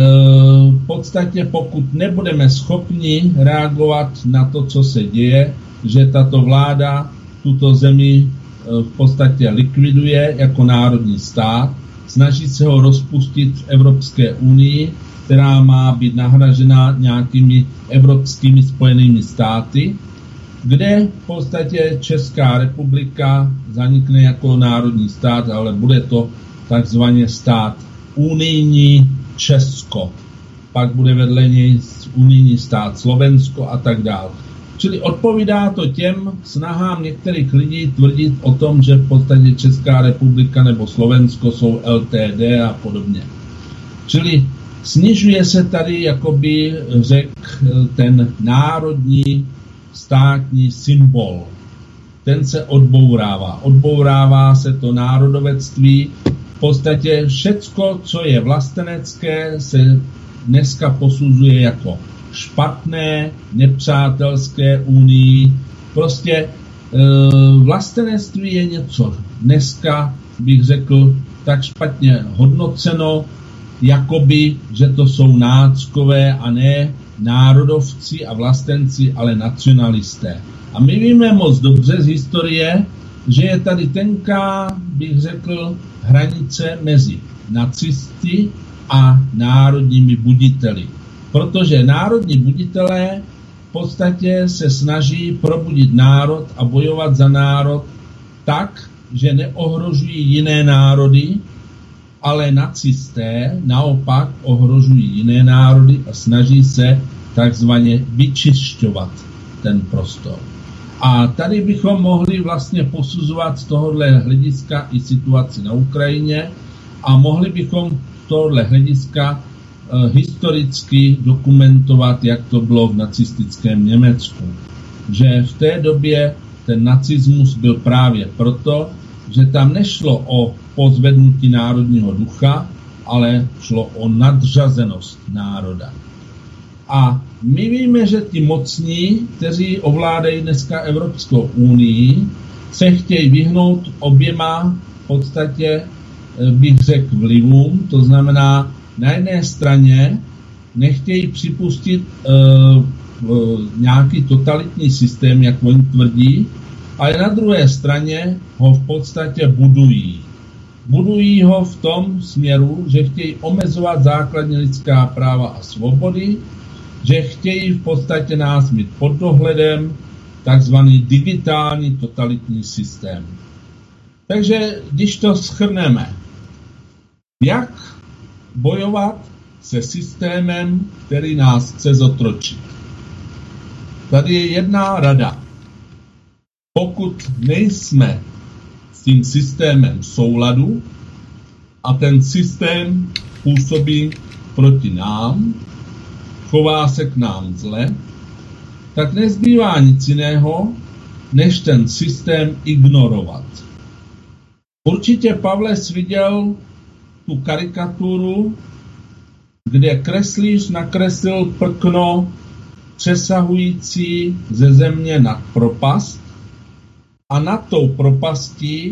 v podstatě pokud nebudeme schopni reagovat na to, co se děje, že tato vláda tuto zemi v podstatě likviduje jako národní stát, snaží se ho rozpustit v Evropské unii, která má být nahražena nějakými evropskými spojenými státy, kde v podstatě Česká republika zanikne jako národní stát, ale bude to takzvaně stát unijní Česko. Pak bude vedle něj unijní stát Slovensko a tak dále. Čili odpovídá to těm snahám některých lidí tvrdit o tom, že v podstatě Česká republika nebo Slovensko jsou L T D a podobně. Čili snižuje se tady, jakoby řekl, ten národní státní symbol. Ten se odbourává. Odbourává se to národovectví. V podstatě všecko, co je vlastenecké, se dneska posuzuje jako špatné, nepřátelské unii. Prostě e, vlastenectví je něco dneska, bych řekl, tak špatně hodnoceno, jakoby, že to jsou náckové a ne národovci a vlastenci, ale nacionalisté. A my víme moc dobře z historie, že je tady tenká, bych řekl, hranice mezi nacisty a národními buditeli. Protože národní buditelé v podstatě se snaží probudit národ a bojovat za národ tak, že neohrožují jiné národy, ale nacisté naopak ohrožují jiné národy a snaží se takzvaně vyčišťovat ten prostor. A tady bychom mohli vlastně posuzovat z tohohle hlediska i situaci na Ukrajině a mohli bychom z tohohle hlediska historicky dokumentovat, jak to bylo v nacistickém Německu. Že v té době ten nacismus byl právě proto, že tam nešlo o pozvednutí národního ducha, ale šlo o nadřazenost národa. A my víme, že ti mocní, kteří ovládají dneska Evropskou unii, se chtějí vyhnout oběma v podstatě, bych řekl, vlivům. To znamená, na jedné straně nechtějí připustit uh, uh, nějaký totalitní systém, jak oni tvrdí, ale na druhé straně ho v podstatě budují. Budují ho v tom směru, že chtějí omezovat základní lidská práva a svobody, že chtějí v podstatě nás mít pod dohledem, takzvaný digitální totalitní systém. Takže když to shrneme, jak bojovat se systémem, který nás chce zotročit? Tady je jedna rada. Pokud nejsme s tím systémem v souladu a ten systém působí proti nám, chová se k nám zle, tak nezbývá nic jiného, než ten systém ignorovat. Určitě Pavles viděl tu karikaturu, kde kreslíř nakreslil prkno přesahující ze země nad propast a nad tou propastí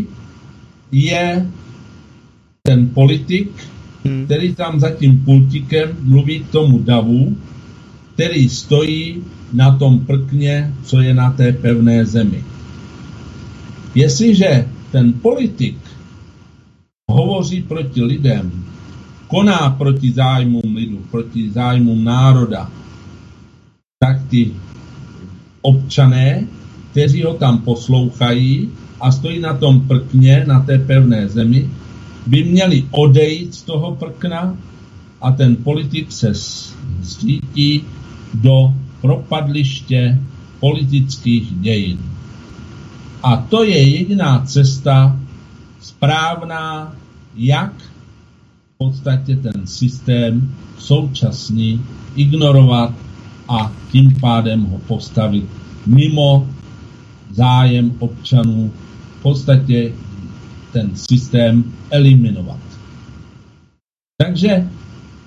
je ten politik, hmm. který tam za tím pultíkem mluví k tomu davu, který stojí na tom prkně, co je na té pevné zemi. Jestliže ten politik hovoří proti lidem, koná proti zájmům lidu, proti zájmům národa, tak ty občané, kteří ho tam poslouchají a stojí na tom prkně, na té pevné zemi, by měli odejít z toho prkna a ten politik se zřítí do propadliště politických dějin. A to je jediná cesta správná, jak v podstatě ten systém současný ignorovat a tím pádem ho postavit mimo zájem občanů, v podstatě ten systém eliminovat. Takže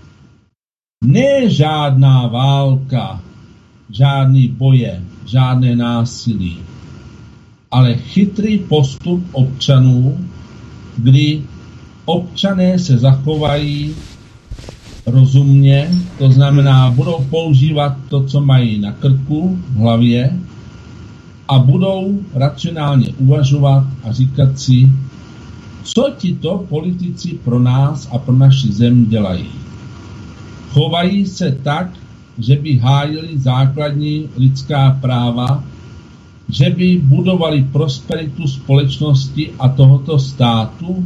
ne žádná válka, žádný boje, žádné násilí, ale chytrý postup občanů, kdy občané se zachovají rozumně, to znamená, budou používat to, co mají na krku, v hlavě, a budou racionálně uvažovat a říkat si, co tito politici pro nás a pro naši zem dělají. Chovají se tak, že by hájili základní lidská práva, že by budovali prosperitu společnosti a tohoto státu,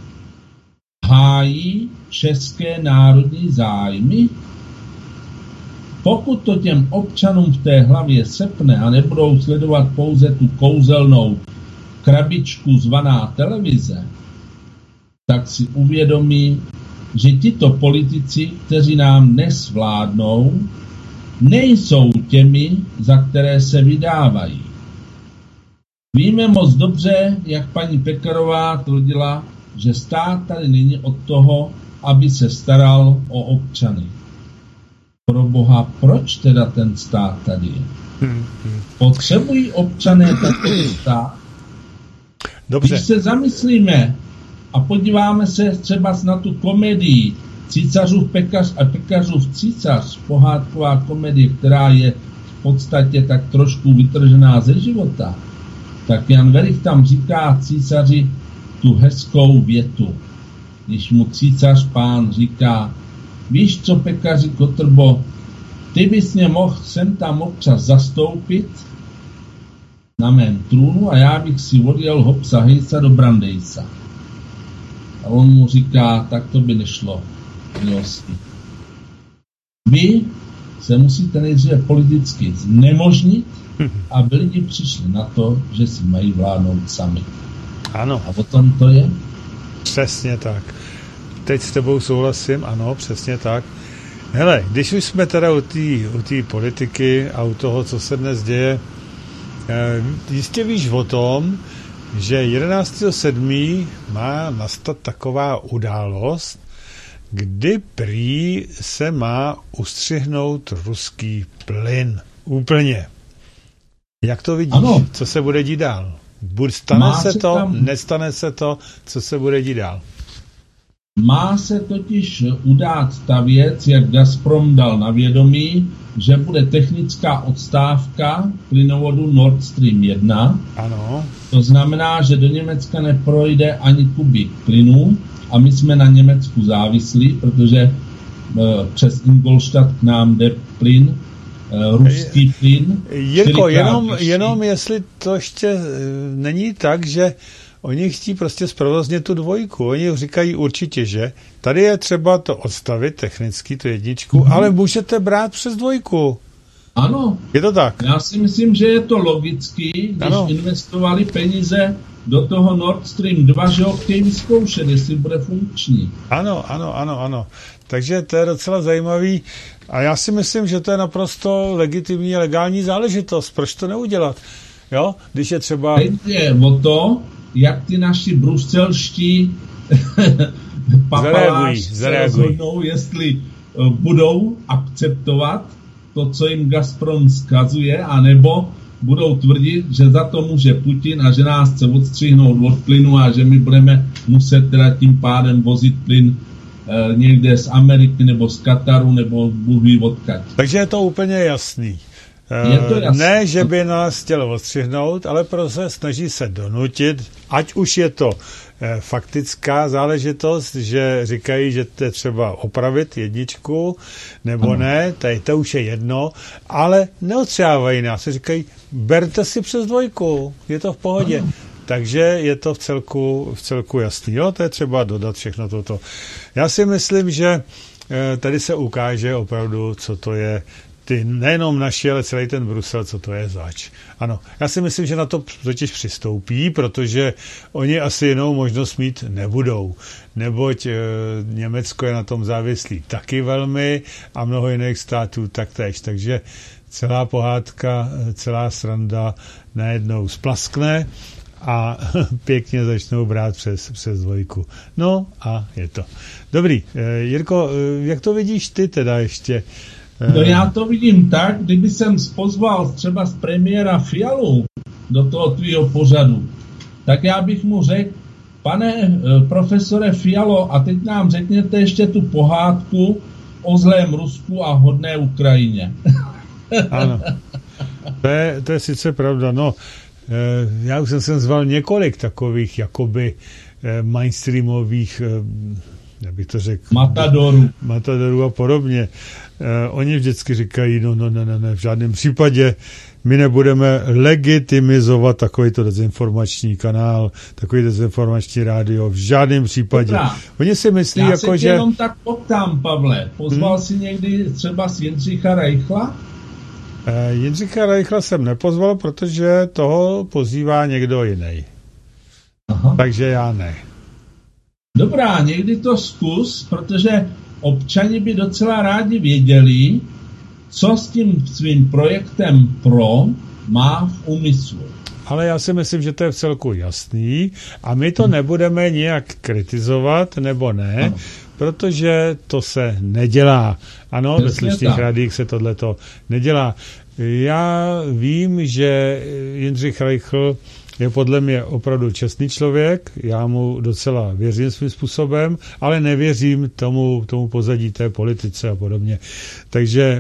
hájí české národní zájmy. Pokud to těm občanům v té hlavě sepne a nebudou sledovat pouze tu kouzelnou krabičku zvaná televize, tak si uvědomí, že tito politici, kteří nám dnes vládnou, nejsou těmi, za které se vydávají. Víme moc dobře, jak paní Pekarová tvrdila, že stát tady není od toho, aby se staral o občany. Pro Boha, proč teda ten stát tady je? Potřebují občané takový stát? Dobře. Když se zamyslíme a podíváme se třeba na tu komedii Císařův pekař a pekařův císař, pohádková komedie, která je v podstatě tak trošku vytržená ze života, tak Jan Werich tam říká císaři tu hezkou větu. Když mu císař pán říká, víš co, pekaři Kotrbo, ty bys mě mohl sem tam občas zastoupit na mém trůnu a já bych si odjel hopsa hejsa do Brandejsa. A on mu říká, tak to by nešlo, milosti. Vy se musíte nejdříve politicky znemožnit, aby lidi přišli na to, že si mají vládnout sami. Ano. A o tom to je? Přesně tak. Teď s tebou souhlasím, ano, přesně tak. Hele, když už jsme teda u té u té politiky a u toho, co se dnes děje, jistě víš o tom, že jedenáctého sedmého má nastat taková událost, kdy prý se má ustřihnout ruský plyn. Úplně. Jak to vidíš? Ano. Co se bude dít dál? Stane má se to, tam... nestane se to, co se bude dít dál? Má se totiž udát ta věc, jak Gazprom dal na vědomí, že bude technická odstávka plynovodu Nord Stream jedna. Ano. To znamená, že do Německa neprojde ani kubík plynu a my jsme na Německu závislí, protože e, přes Ingolstadt k nám jde plyn, e, ruský plyn. Jirko, jenom, jenom jestli to ještě e, není tak, že oni chtějí prostě zprovoznit tu dvojku. Oni říkají určitě, že tady je třeba to odstavit technicky, tu jedničku, mm-hmm. ale můžete brát přes dvojku. Ano. Je to tak? Já si myslím, že je to logický, když ano. investovali peníze do toho Nord Stream dva, že ho chtějí vyzkoušet, jestli bude funkční. Ano, ano, ano, ano. Takže to je docela zajímavý. A já si myslím, že to je naprosto legitimní, legální záležitost. Proč to neudělat? Jo? Když je třeba... Jde o to, jak ty naši bruselští papaláši se rozhodnou, jestli uh, budou akceptovat to, co jim Gazprom vzkazuje, anebo budou tvrdit, že za to může Putin a že nás chce odstřihnout od plynu a že my budeme muset teda tím pádem vozit plyn uh, někde z Ameriky nebo z Kataru nebo Bůh ví odkud. Takže je to úplně jasný. Je to jasný. Ne, že by nás chtěl odstřihnout, ale prostě snaží se donutit, ať už je to e, faktická záležitost, že říkají, že to je třeba opravit jedničku, nebo ano. ne, tady to už je jedno, ale neotřávají nás, říkají, berte si přes dvojku, je to v pohodě. Ano. Takže je to v celku, v celku jasný. Jo, to je třeba dodat všechno toto. Já si myslím, že e, tady se ukáže opravdu, co to je ty nejenom naši, ale celý ten Brusel, co to je zač. Ano, já si myslím, že na to totiž přistoupí, protože oni asi jinou možnost mít nebudou, neboť e, Německo je na tom závislý taky velmi a mnoho jiných států taktéž, takže celá pohádka, celá sranda najednou splaskne a pěkně začnou brát přes, přes dvojku. No a je to. Dobrý, e, Jirko, e, jak to vidíš ty teda ještě? No já to vidím tak, kdyby jsem pozval třeba z premiéra Fialu do toho tvýho pořadu, tak já bych mu řekl, pane profesore Fialo, a teď nám řekněte ještě tu pohádku o zlém Rusku a hodné Ukrajině. Ano, to je, to je sice pravda, no, já už jsem sem zval několik takových jakoby mainstreamových, jak bych to řekl, matadorů. matadorů a podobně. Uh, oni vždycky říkají, no, no, no, no, no, v žádném případě my nebudeme legitimizovat takovýto dezinformační kanál, takový dezinformační rádio, v žádném případě. Dobrá. Oni si myslí, já jako, že... Já se jenom tak poptám, Pavle, pozval hmm? si někdy třeba z Jindřicha Reichla? Uh, Jindřicha Reichla jsem nepozval, protože toho pozývá někdo jiný. Aha. Takže já ne. Dobrá, někdy to zkus, protože občani by docela rádi věděli, co s tím svým projektem Pro má v úmyslu. Ale já si myslím, že to je v celku jasný a my to nebudeme nijak kritizovat, nebo ne, ano. protože to se nedělá. Ano, ve slyšných radích se tohleto nedělá. Já vím, že Jindřich Reichl je podle mě opravdu čestný člověk, já mu docela věřím svým způsobem, ale nevěřím tomu, tomu pozadí té politice a podobně. Takže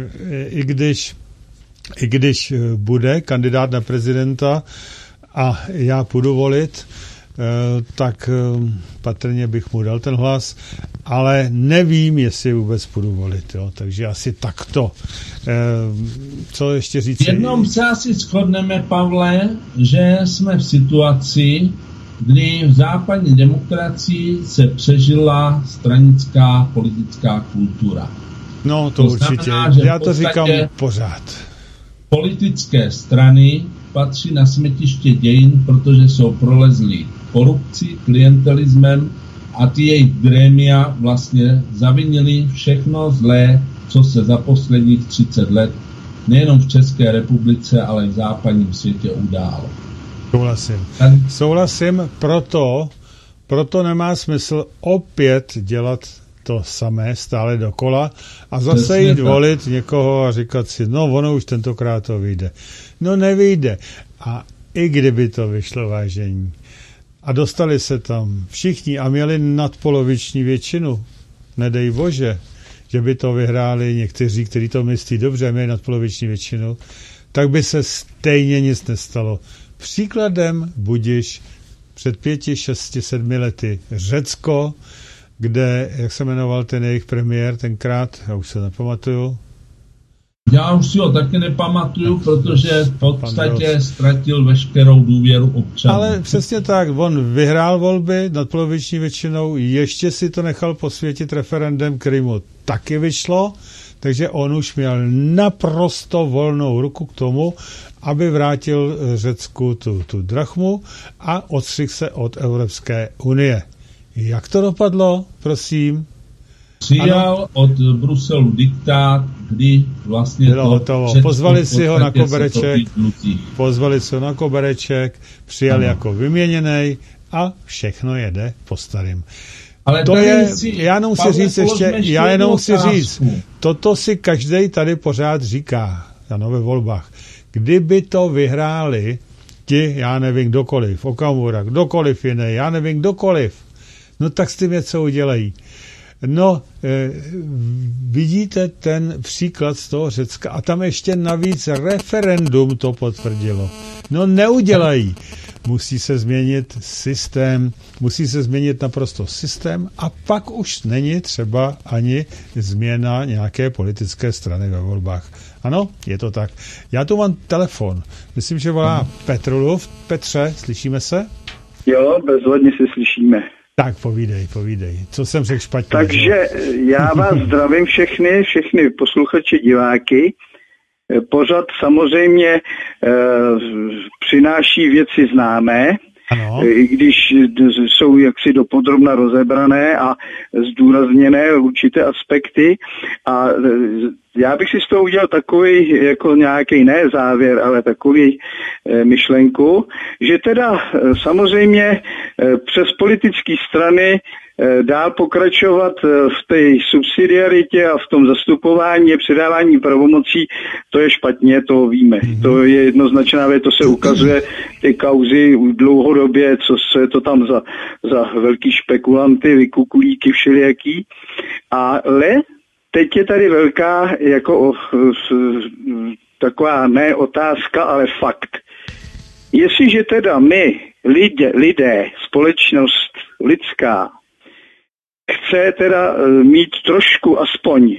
i když, i když bude kandidát na prezidenta a já půjdu volit, tak patrně bych mu dal ten hlas, ale nevím, jestli vůbec půjdu volit. Jo? Takže asi takto. Co ještě říct? Jednou se asi shodneme, Pavle, že jsme v situaci, kdy v západní demokracii se přežila stranická politická kultura. No, to, to určitě. Znamená, já to říkám pořád. Politické strany patří na smetiště dějin, protože jsou prolezlí korupcí, klientelismem a ty jejich grémia vlastně zavinili všechno zlé, co se za posledních třicet let nejenom v České republice, ale i v západním světě událo. Souhlasím. Souhlasím, proto, proto nemá smysl opět dělat to samé stále dokola a zase Přesně jít tak. volit někoho a říkat si, no ono už tentokrát to vyjde. No nevyjde. A i kdyby to vyšlo, vážení, a dostali se tam všichni a měli nadpoloviční většinu, nedej bože, že by to vyhráli někteří, kteří to myslí dobře, měli nadpoloviční většinu, tak by se stejně nic nestalo. Příkladem budiš před pěti, šesti, sedmi lety Řecko, kde, jak se jmenoval ten jejich premiér tenkrát, já už se nepamatuju. Já už si ho taky nepamatuju, protože v podstatě ztratil veškerou důvěru občanů. Ale přesně tak, on vyhrál volby nadpoloviční většinou, ještě si to nechal posvětit referendem, který mu taky vyšlo, takže on už měl naprosto volnou ruku k tomu, aby vrátil Řecku tu, tu drachmu a odstřihl se od Evropské unie. Jak to dopadlo, prosím? Přijal ano. od Bruselu diktát, kdy vlastně bylo to hotovo. Pozvali si ho na kobereček, pozvali si ho na kobereček, přijali ano. jako vyměněnej a všechno jede po starým. Ale to je, si, já jenom si říct ještě, já jenom si říct, toto si každej tady pořád říká, ano, ve volbách. Kdyby to vyhráli ti, já nevím, kdokoliv, Okamura, kdokoliv jiný, já nevím, kdokoliv, no tak s tím něco udělají. No, e, vidíte ten příklad z toho Řecka a tam ještě navíc referendum to potvrdilo. No neudělají. Musí se změnit systém, musí se změnit naprosto systém a pak už není třeba ani změna nějaké politické strany ve volbách. Ano, je to tak. Já tu mám telefon. Myslím, že volá Petrolův. Petře, slyšíme se? Jo, bezvadně se slyšíme. Tak povídej, povídej. Co jsem řekl špatně? Takže já vás zdravím všechny, všechny posluchače, diváky. Pořad samozřejmě e, přináší věci známé, ano. I když jsou jaksi dopodrobna rozebrané a zdůrazněné určité aspekty. A já bych si z toho udělal takový, jako nějaký ne závěr, ale takový e, myšlenku, že teda e, samozřejmě e, přes politické strany dál pokračovat v té subsidiaritě a v tom zastupování a předávání pravomocí, to je špatně, to víme. Mm-hmm. To je jednoznačná věc, to se ukazuje ty kauzy dlouhodobě, co se to tam za, za velký špekulanty, vykukulíky všelijaký. Ale teď je tady velká jako taková ne otázka, ale fakt. Jestliže teda my, lidé, lidé společnost lidská, chce teda mít trošku aspoň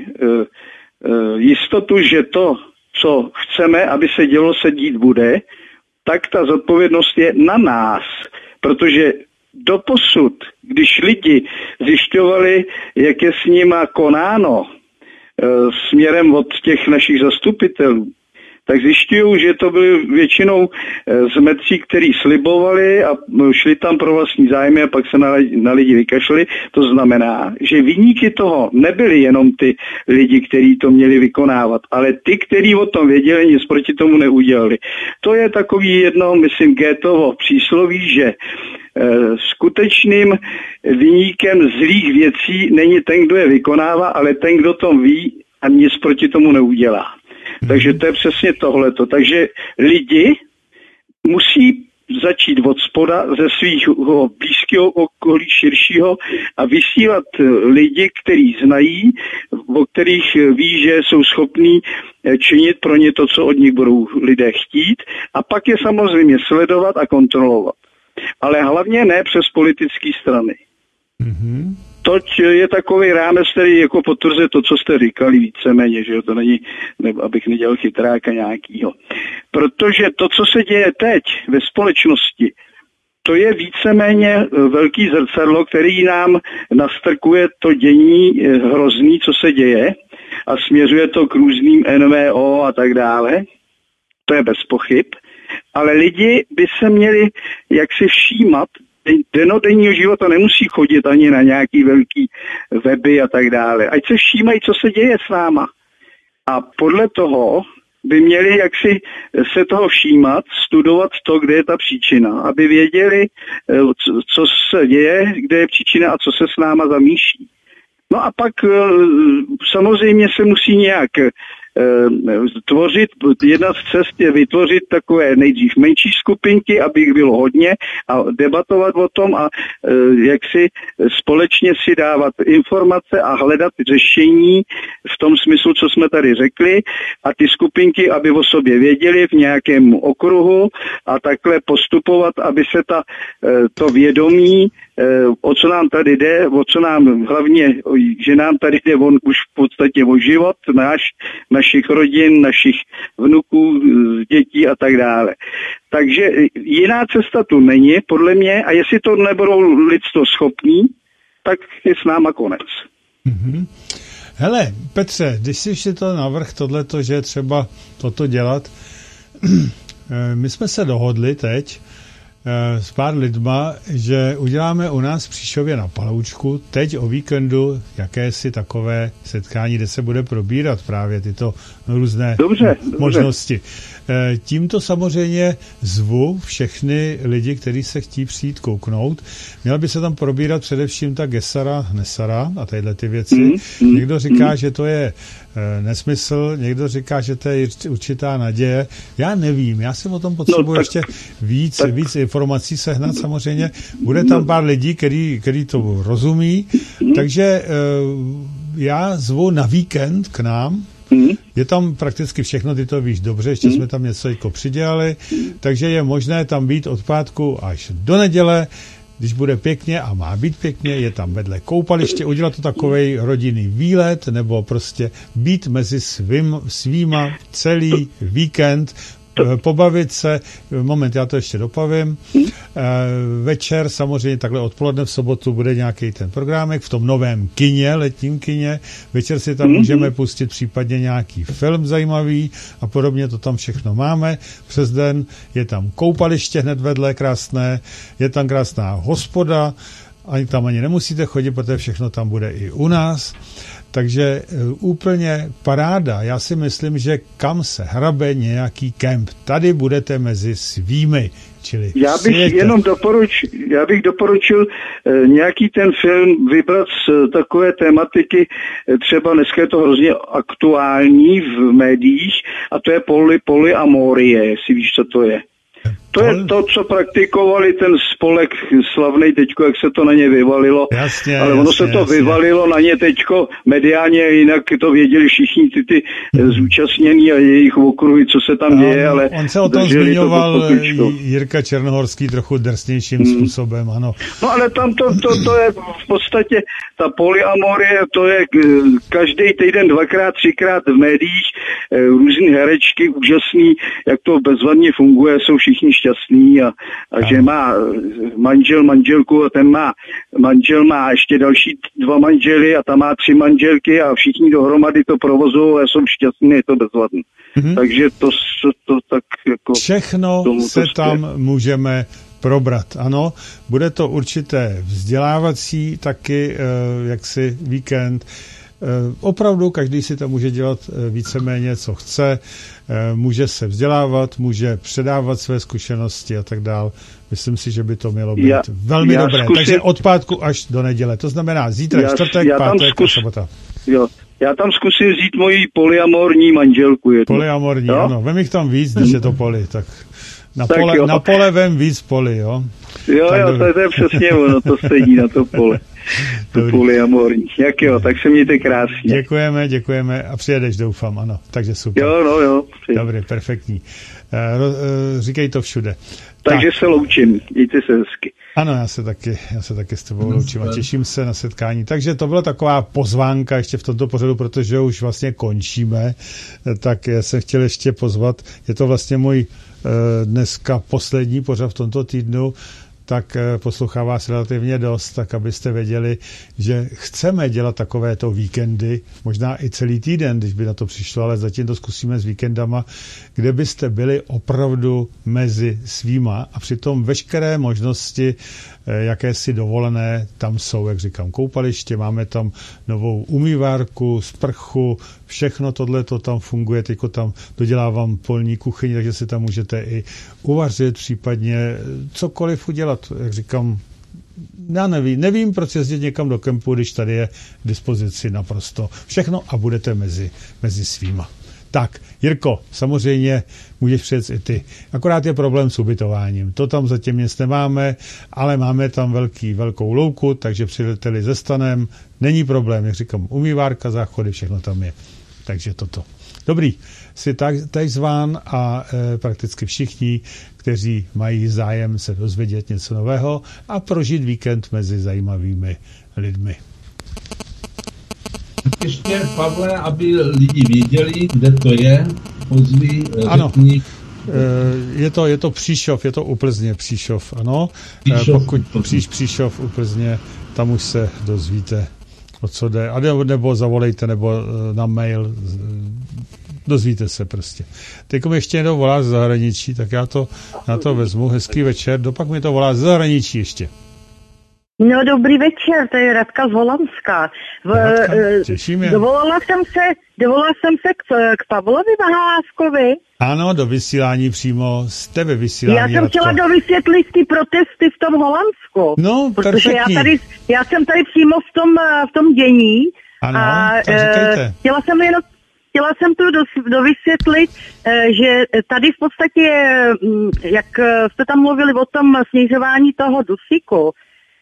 jistotu, že to, co chceme, aby se dělo, se dít bude, tak ta zodpovědnost je na nás. Protože doposud, když lidi zjišťovali, jak je s nima konáno směrem od těch našich zastupitelů, tak zjišťují, že to byly většinou zmetci, který slibovali a šli tam pro vlastní zájmy a pak se na, na lidi vykašli. To znamená, že viníky toho nebyli jenom ty lidi, kteří to měli vykonávat, ale ty, kteří o tom věděli, nic proti tomu neudělali. To je takový jedno, myslím, Goetheovo přísloví, že eh, skutečným viníkem zlých věcí není ten, kdo je vykonává, ale ten, kdo to ví a nic proti tomu neudělá. Takže to je přesně tohleto. Takže lidi musí začít od spoda ze svého blízkého okolí širšího a vysílat lidi, kteří znají, o kterých ví, že jsou schopní činit pro ně to, co od nich budou lidé chtít, a pak je samozřejmě sledovat a kontrolovat. Ale hlavně ne přes politické strany. Mm-hmm. Toť je takový rámec, který jako potvrzuje to, co jste říkali víceméně, že to není, nebo abych nedělal chytráka nějakýho. Protože to, co se děje teď ve společnosti, to je víceméně velký zrcadlo, který nám nastrkuje to dění hrozný, co se děje, a směřuje to k různým N V O a tak dále. To je bez pochyb. Ale lidi by se měli jaksi všímat denodenního života nemusí chodit ani na nějaký velký weby a tak dále. Ať se všímají, co se děje s náma. A podle toho by měli jaksi se toho všímat, studovat to, kde je ta příčina, aby věděli, co se děje, kde je příčina a co se s náma zamýšlí. No a pak samozřejmě se musí nějak tvořit, jedna z cest je vytvořit takové nejdřív menší skupinky, aby jich bylo hodně a debatovat o tom a jak si společně si dávat informace a hledat řešení v tom smyslu, co jsme tady řekli a ty skupinky, aby o sobě věděli v nějakém okruhu a takhle postupovat, aby se ta, to vědomí, o co nám tady jde, o co nám hlavně, že nám tady jde on už v podstatě o život náš, našich rodin, našich vnuků, dětí a tak dále. Takže jiná cesta tu není, podle mě, a jestli to nebudou lidstvo schopní, tak je s náma konec. Mm-hmm. Hele, Petře, když jsi si to navrch tohleto, že je třeba toto dělat, my jsme se dohodli teď s pár lidma, že uděláme u nás v Příšově na Paloučku teď o víkendu jakési takové setkání, kde se bude probírat právě tyto různé dobře, možnosti. Dobře. Tímto samozřejmě zvu všechny lidi, kteří se chtějí přijít kouknout. Měla by se tam probírat především ta Gesara, Nesara a tadyhle ty věci. Mm, mm, někdo říká, mm. že to je e, nesmysl, někdo říká, že to je určitá naděje. Já nevím, já si o tom potřebuji no, tak, ještě víc, tak, víc informací sehnat samozřejmě. Bude tam pár lidí, který, který to rozumí, mm. takže e, já zvu na víkend k nám. Mm. Je tam prakticky všechno, ty to víš dobře, ještě mm. jsme tam něco jako přidělali, takže je možné tam být od pátku až do neděle, když bude pěkně a má být pěkně, je tam vedle koupaliště, udělat to takovej rodinný výlet, nebo prostě být mezi svým, svýma celý víkend, pobavit se, moment, já to ještě dopavím, večer samozřejmě takhle odpoledne v sobotu bude nějaký ten programek v tom novém kině, letním kině, večer si tam můžeme pustit případně nějaký film zajímavý a podobně, to tam všechno máme, přes den je tam koupaliště hned vedle krásné, je tam krásná hospoda, ani tam ani nemusíte chodit, protože všechno tam bude i u nás. Takže úplně paráda. Já si myslím, že kam se hrabe nějaký kemp. Tady budete mezi svými. Čili já bych světem. jenom doporučil, já bych doporučil eh, nějaký ten film vybrat z eh, takové tematiky, eh, třeba dneska je to hrozně aktuální v médiích, a to je poly, polyamorie, jestli víš, co to je. To je to, co praktikovali ten spolek slavnej teďko, jak se to na ně vyvalilo. Jasně, ale ono jasně, se to jasně. vyvalilo na ně teďko mediálně, jinak to věděli všichni ty, ty hmm. zúčastnění a jejich okruhy, co se tam děje, um, ale... On se o tom zmiňoval Jirka Černohorský trochu drsnějším hmm. způsobem, ano. No ale tam to, to, to je v podstatě, ta polyamorie, to je každý týden dvakrát, třikrát v médiích, různý herečky, úžasný, jak to bezvadně funguje, jsou všichni šťastný a, a že má manžel, manželku a ten má, manžel má ještě další dva manžely a ta má tři manželky a všichni dohromady to provozují a jsou šťastní, je to bezvadné. Mm-hmm. Takže to, to, to tak jako... Všechno se to tam můžeme probrat, ano. Bude to určité vzdělávací taky, jaksi víkend. Opravdu každý si tam může dělat víceméně, co chce, může se vzdělávat, může předávat své zkušenosti a tak dál. Myslím si, že by to mělo být já, velmi já dobré. Zkusím, takže od pátku až do neděle. To znamená zítra, já, čtvrtek, já pátek zkus, a sobota. Jo. Já tam zkusím vzít moji polyamorní manželku. Jednu. Polyamorní, jo? Ano. Vem jich tam víc, když je to poly, tak na tak pole, na pole vem víc poly, jo? Jo, tak jo, to, to je přesně ono, to sedí na to pole. To polyamorní. Jak jo, tak se mějte krásně. Děkujeme, děkujeme a přijedeš, doufám, ano. Takže super. Jo, no jo. Dobrý, perfektní. Říkej to všude. Takže tak. Se loučím, mějte se hezky. Ano, já se taky, já se taky s tebou loučím a těším se na setkání. Takže to byla taková pozvánka ještě v tomto pořadu, protože už vlastně končíme, tak já jsem chtěl ještě pozvat, je to vlastně můj dneska poslední pořad v tomto týdnu, tak poslouchá vás relativně dost, tak abyste věděli, že chceme dělat takovéto víkendy, možná i celý týden, když by na to přišlo, ale zatím to zkusíme s víkendama, kde byste byli opravdu mezi svýma a přitom veškeré možnosti, jakési dovolené, tam jsou, jak říkám, koupaliště, máme tam novou umývárku, sprchu, všechno tohle to tam funguje, teďko tam dodělávám polní kuchyni, takže si tam můžete i uvařit, případně cokoliv udělat, jak říkám, já nevím, nevím, proč jezdit někam do kempu, když tady je k dispozici naprosto všechno a budete mezi, mezi svýma. Tak, Jirko, samozřejmě můžeš přijet i ty. Akorát je problém s ubytováním. To tam zatím nic nemáme, ale máme tam velký, velkou louku, takže přileteli ze stanem. Není problém, jak říkám, umývárka, záchody, všechno tam je. Takže toto. Dobrý, jsi tak, tak zván a e, prakticky všichni, kteří mají zájem se dozvědět něco nového a prožít víkend mezi zajímavými lidmi. Ještě, Pavle, aby lidi věděli, kde to je, pozví, ano. Řekni. Je to, je to Příšov, je to u Plzně Příšov, ano. Příšov, Pokud příš, Příšov u Plzně, tam už se dozvíte, o co jde. A nebo, nebo zavolejte, nebo na mail, dozvíte se prostě. Teď mi ještě jednou volá z zahraničí, tak já to, já to vezmu. Hezký večer, dopak mi to volá z zahraničí ještě. No, dobrý večer, to je Radka z Holandska. V, Radka, těším je. Dovolala jsem se, dovolala jsem se k, k Pavlovi Vahaláskovi. Ano, do vysílání přímo, jste ve vysílání. Já jsem Radko. chtěla dovysvětlit ty protesty v tom Holandsku. No, protože já, perfektní. tady, já jsem tady přímo v tom, v tom dění. Ano, a tak říkejte. chtěla jsem jenom Chtěla jsem tu dovysvětlit, že tady v podstatě, jak jste tam mluvili o tom snižování toho dusíku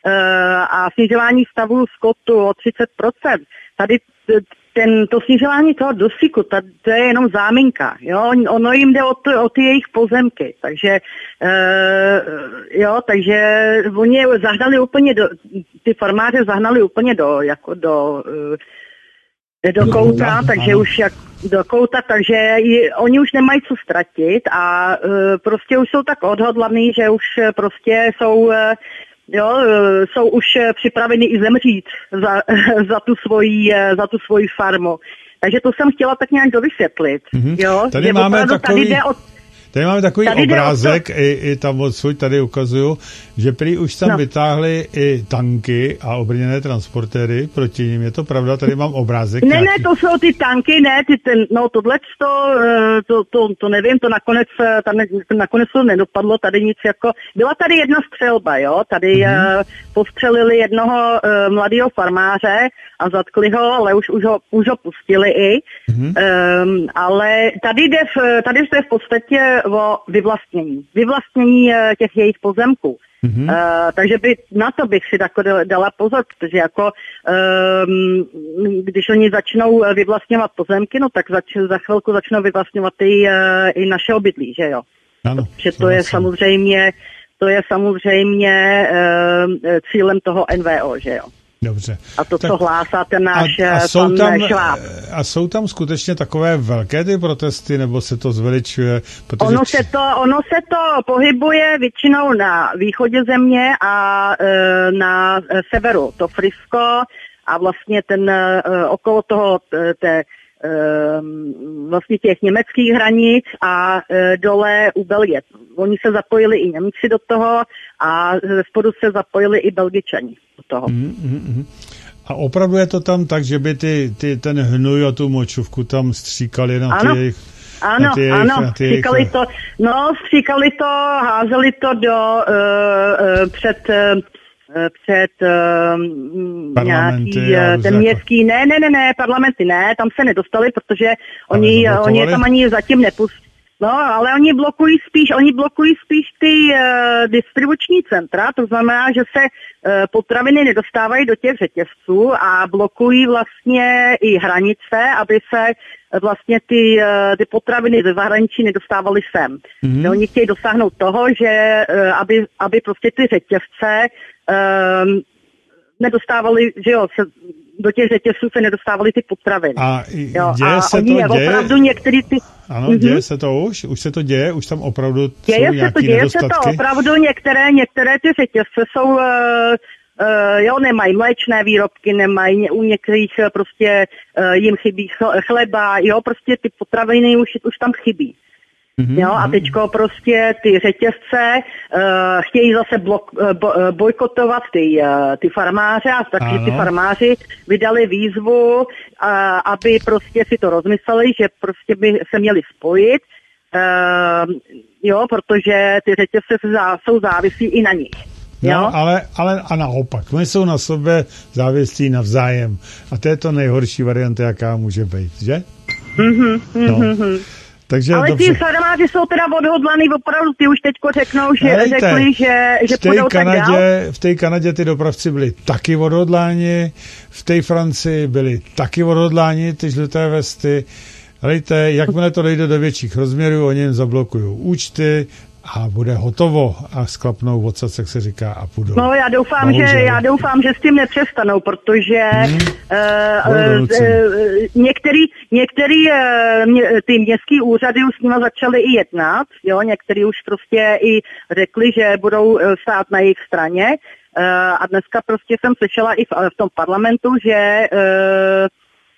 a snižování stavu skotu o třicet procent, tady ten, to snižování toho dusíku, to je jenom záminka, jo, ono jim jde o, to, o ty jejich pozemky, takže jo, takže oni zahnali úplně do, ty farmáře zahnali úplně do, jako do do kouta, takže ano. už jak do kouta, takže i, oni už nemají co ztratit a uh, prostě už jsou tak odhodlaný, že už prostě jsou, uh, jo, uh, jsou už připraveni i zemřít za, za, tu svoji, uh, za tu svoji farmu. Takže to jsem chtěla tak nějak dovysvětlit. Mm-hmm. Jo, tady máme takový... tady jde o... Tady máme takový tady obrázek, i, i tam odsud, tady ukazuju, že prý už tam no. vytáhli i tanky a obrněné transportéry proti nim. Je to pravda? Tady mám obrázek. Ne, nějaký. ne, to jsou ty tanky, ne, ty ten, no tohle to, to, to, to nevím, to nakonec, tam nakonec to nedopadlo, tady nic jako, byla tady jedna střelba, jo, tady mm-hmm. uh, postřelili jednoho uh, mladého farmáře a zatkli ho, ale už, už, ho, už ho pustili i, mm-hmm. um, ale tady jde, v, tady jde v podstatě o vyvlastnění, vyvlastnění uh, těch jejich pozemků. Mm-hmm. Uh, takže by, na to bych si tako dala pozor, protože jako um, když oni začnou vyvlastňovat pozemky, no tak zač, za chvilku začnou vyvlastňovat i, uh, i naše obydlí, že jo. Ano, protože to je samozřejmě, to je samozřejmě uh, cílem toho N V O, že jo. Dobře. A to, tak, co hlásá ten náš a, a pan jsou tam, Šváb. A jsou tam skutečně takové velké ty protesty, nebo se to zveličuje? Protože... Ono, se to, ono se to pohybuje většinou na východě země a e, na severu. To Frisko a vlastně ten e, okolo toho té, e, vlastně těch německých hranic a e, dole u Belgie. Oni se zapojili i Němci do toho a ze spodu se zapojili i Belgičani do toho. Mm, mm, mm. A opravdu je to tam tak, že by ty, ty, ten hnůj a tu močovku tam stříkali na ano. ty jejich... Ano, jejich, ano, stříkali jejich... to, no, stříkali to, házeli to do, uh, uh, před, uh, před uh, nějaký, uh, ten městský, ne, ne, ne, ne, parlamenty ne, tam se nedostali, protože oni, oni je tam ani zatím nepustili. No, ale oni blokují spíš, oni blokují spíš ty uh, distribuční centra, to znamená, že se uh, potraviny nedostávají do těch řetězců a blokují vlastně i hranice, aby se uh, vlastně ty, uh, ty potraviny ze zahraničí nedostávaly sem. Mm-hmm. Oni chtějí dosáhnout toho, že uh, aby, aby prostě ty řetězce uh, nedostávaly, že jo, se do těch řetězců se nedostávaly ty potraviny. A jo, děje a se oni to, děje? opravdu některý ty... Ano, mm-hmm. děje se to už? Už se to děje? Už tam opravdu děje jsou se nějaký to, děje nedostatky? se to opravdu, některé, některé ty řetězce jsou... Uh, Uh, jo, nemají mléčné výrobky, nemají, u některých uh, prostě uh, jim chybí chleba, jo, prostě ty potraviny už, už tam chybí. Mm-hmm. Jo, a teďko prostě ty řetězce uh, chtějí zase blok, uh, bo, uh, bojkotovat ty, uh, ty farmáře, a takže ty farmáři vydali výzvu, uh, aby prostě si to rozmysleli, že prostě by se měli spojit, uh, jo, protože ty řetězce jsou závislí i na nich. No, jo? ale, ale a naopak, my jsou na sobě závislí navzájem. A to je to nejhorší varianta, jaká může být, že? Mm-hmm, no. mm-hmm. Takže ale dobře. ty farmáři jsou teda odhodlaný, opravdu, ty už teďko řeknou, že Hejte, řekli, že, že půjdou Kanadě, tak dál. v té Kanadě ty dopravci byli taky odhodláni, v té Francii byli taky odhodláni, ty žluté vesty. Hejte, jakmile to dojde do větších rozměrů, oni jim zablokují účty, a bude hotovo a sklapnou odsad, jak se říká, a půjdou. No já doufám, že, já doufám, že s tím nepřestanou, protože hmm. uh, uh, některý, některý uh, mě, ty městský úřady už s nimi začaly i jednat, jo, některý už prostě i řekli, že budou stát na jejich straně uh, a dneska prostě jsem slyšela i v, v tom parlamentu, že uh,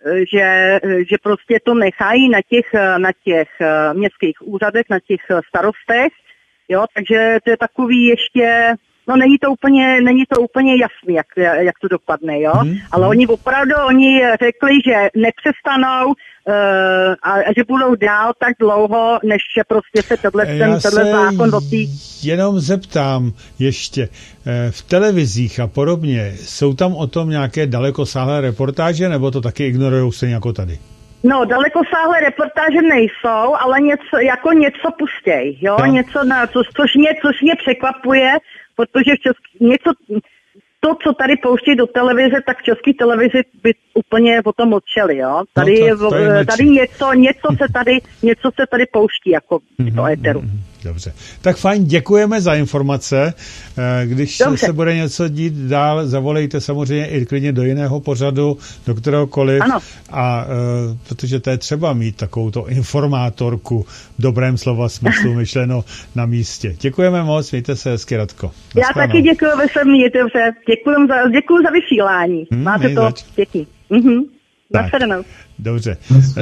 že, že prostě to nechají na těch, na těch městských úřadech, na těch starostech, jo, takže to je takový ještě, no není to úplně, není to úplně jasný, jak, jak to dopadne, jo, hmm. ale oni opravdu, oni řekli, že nepřestanou uh, a, a že budou dál tak dlouho, než prostě se tenhle, ten, tenhle zákon do tý... jenom zeptám ještě, v televizích a podobně, jsou tam o tom nějaké dalekosáhlé reportáže, nebo to taky ignorujou stejně jako tady? No, dalekosáhlé reportáže nejsou, ale něco, jako něco pustěj, jo, no. něco, na, co, což, mě, což mě překvapuje, protože v český, něco, to, co tady pouští do televize, tak v české televizi by úplně o tom mlčeli, jo. Tady, no to, to tady něco, něco se tady, něco se tady pouští, jako do éteru. Dobře. Tak fajn, děkujeme za informace. Když Dobře. se bude něco dít dál, zavolejte samozřejmě i klidně do jiného pořadu, do kteréhokoliv. Ano. A uh, protože to je třeba mít takovouto informátorku v dobrém slova smyslu myšleno na místě. Děkujeme moc, mějte se hezky, Radko. Já taky děkuji, vy se mějte dobře. Děkuji za, děkuji za vysílání. Hmm, Máte to pěkný. Mhm. Nashledanou. Dobře,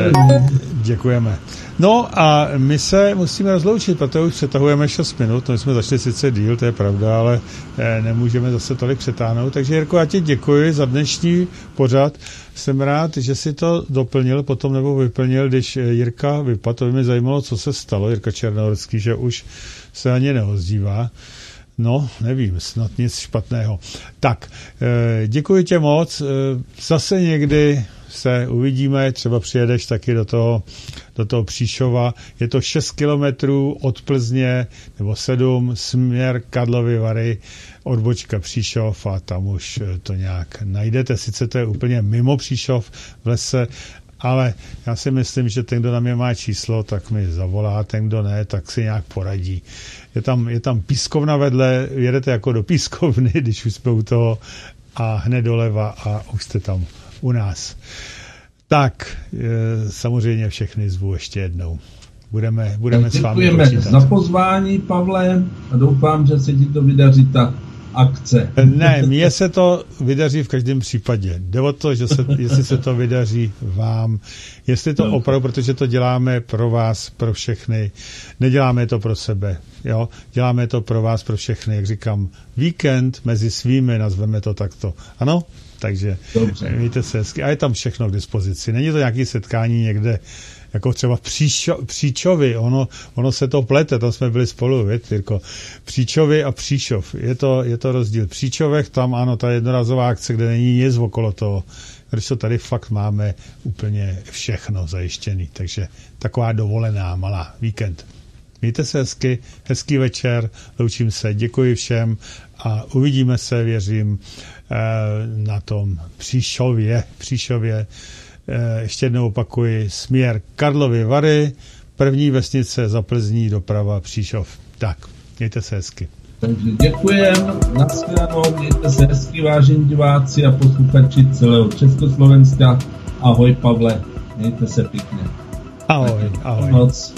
děkujeme. No a my se musíme rozloučit, protože už přetahujeme šest minut, no jsme začali sice díl, to je pravda, ale nemůžeme zase tolik přetáhnout, takže Jirko, já ti děkuji za dnešní pořad. Jsem rád, že si to doplnil potom nebo vyplnil, když Jirka vypadl, to by mě zajímalo, co se stalo, Jirka Černohorský, že už se ani neozdívá. No, nevím, snad nic špatného. Tak, děkuji tě moc, zase někdy se uvidíme, třeba přijedeš taky do toho, do toho Příšova. Je to šest kilometrů od Plzně, nebo sedm, směr Karlovy Vary, odbočka Příšov a tam už to nějak najdete. Sice to je úplně mimo Příšov v lese, ale já si myslím, že ten, kdo na mě má číslo, tak mi zavolá, ten, kdo ne, tak si nějak poradí. Je tam, je tam pískovna vedle, jedete jako do pískovny, když už jsme u toho, a hned doleva a už jste tam u nás. Tak, samozřejmě všechny zvu ještě jednou. Budeme, budeme s vámi počítat. Děkujeme za pozvání, Pavle, a doufám, že se ti to vydaří ta akce. Ne, mně se to vydaří v každém případě. Jde o to, že se, jestli se to vydaří vám, jestli to opravdu, protože to děláme pro vás, pro všechny, neděláme to pro sebe, jo? Děláme to pro vás, pro všechny, jak říkám, víkend mezi svými, nazveme to takto. Ano? Takže Dobře. Mějte se hezky. A je tam všechno k dispozici. Není to nějaké setkání někde, jako třeba v Příšo, Příčovi. Ono, ono se to plete, tam jsme byli spolu, víte, Jirko. Příčovi a Příšov. Je to, je to rozdíl. V Příčovech tam, ano, ta jednorazová akce, kde není nic okolo toho. Když to tady fakt máme úplně všechno zajištěný. Takže taková dovolená, malá víkend. Mějte se hezky, hezký večer, loučím se, děkuji všem a uvidíme se, věřím, na tom Příšově. Příšově. Ještě jednou opakuji, směr Karlovy Vary, první vesnice za Plzní, doprava Příšov. Tak, mějte se hezky. Takže děkujem, nashledanou, mějte se hezky, vážení diváci a posluchači celého Československa. Ahoj, Pavle, mějte se pěkně. Ahoj, ahoj. Noc.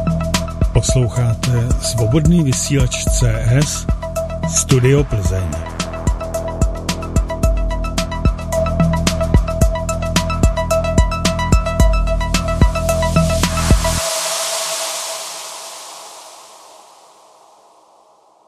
Posloucháte Svobodný vysílač C S Studio Plzeň.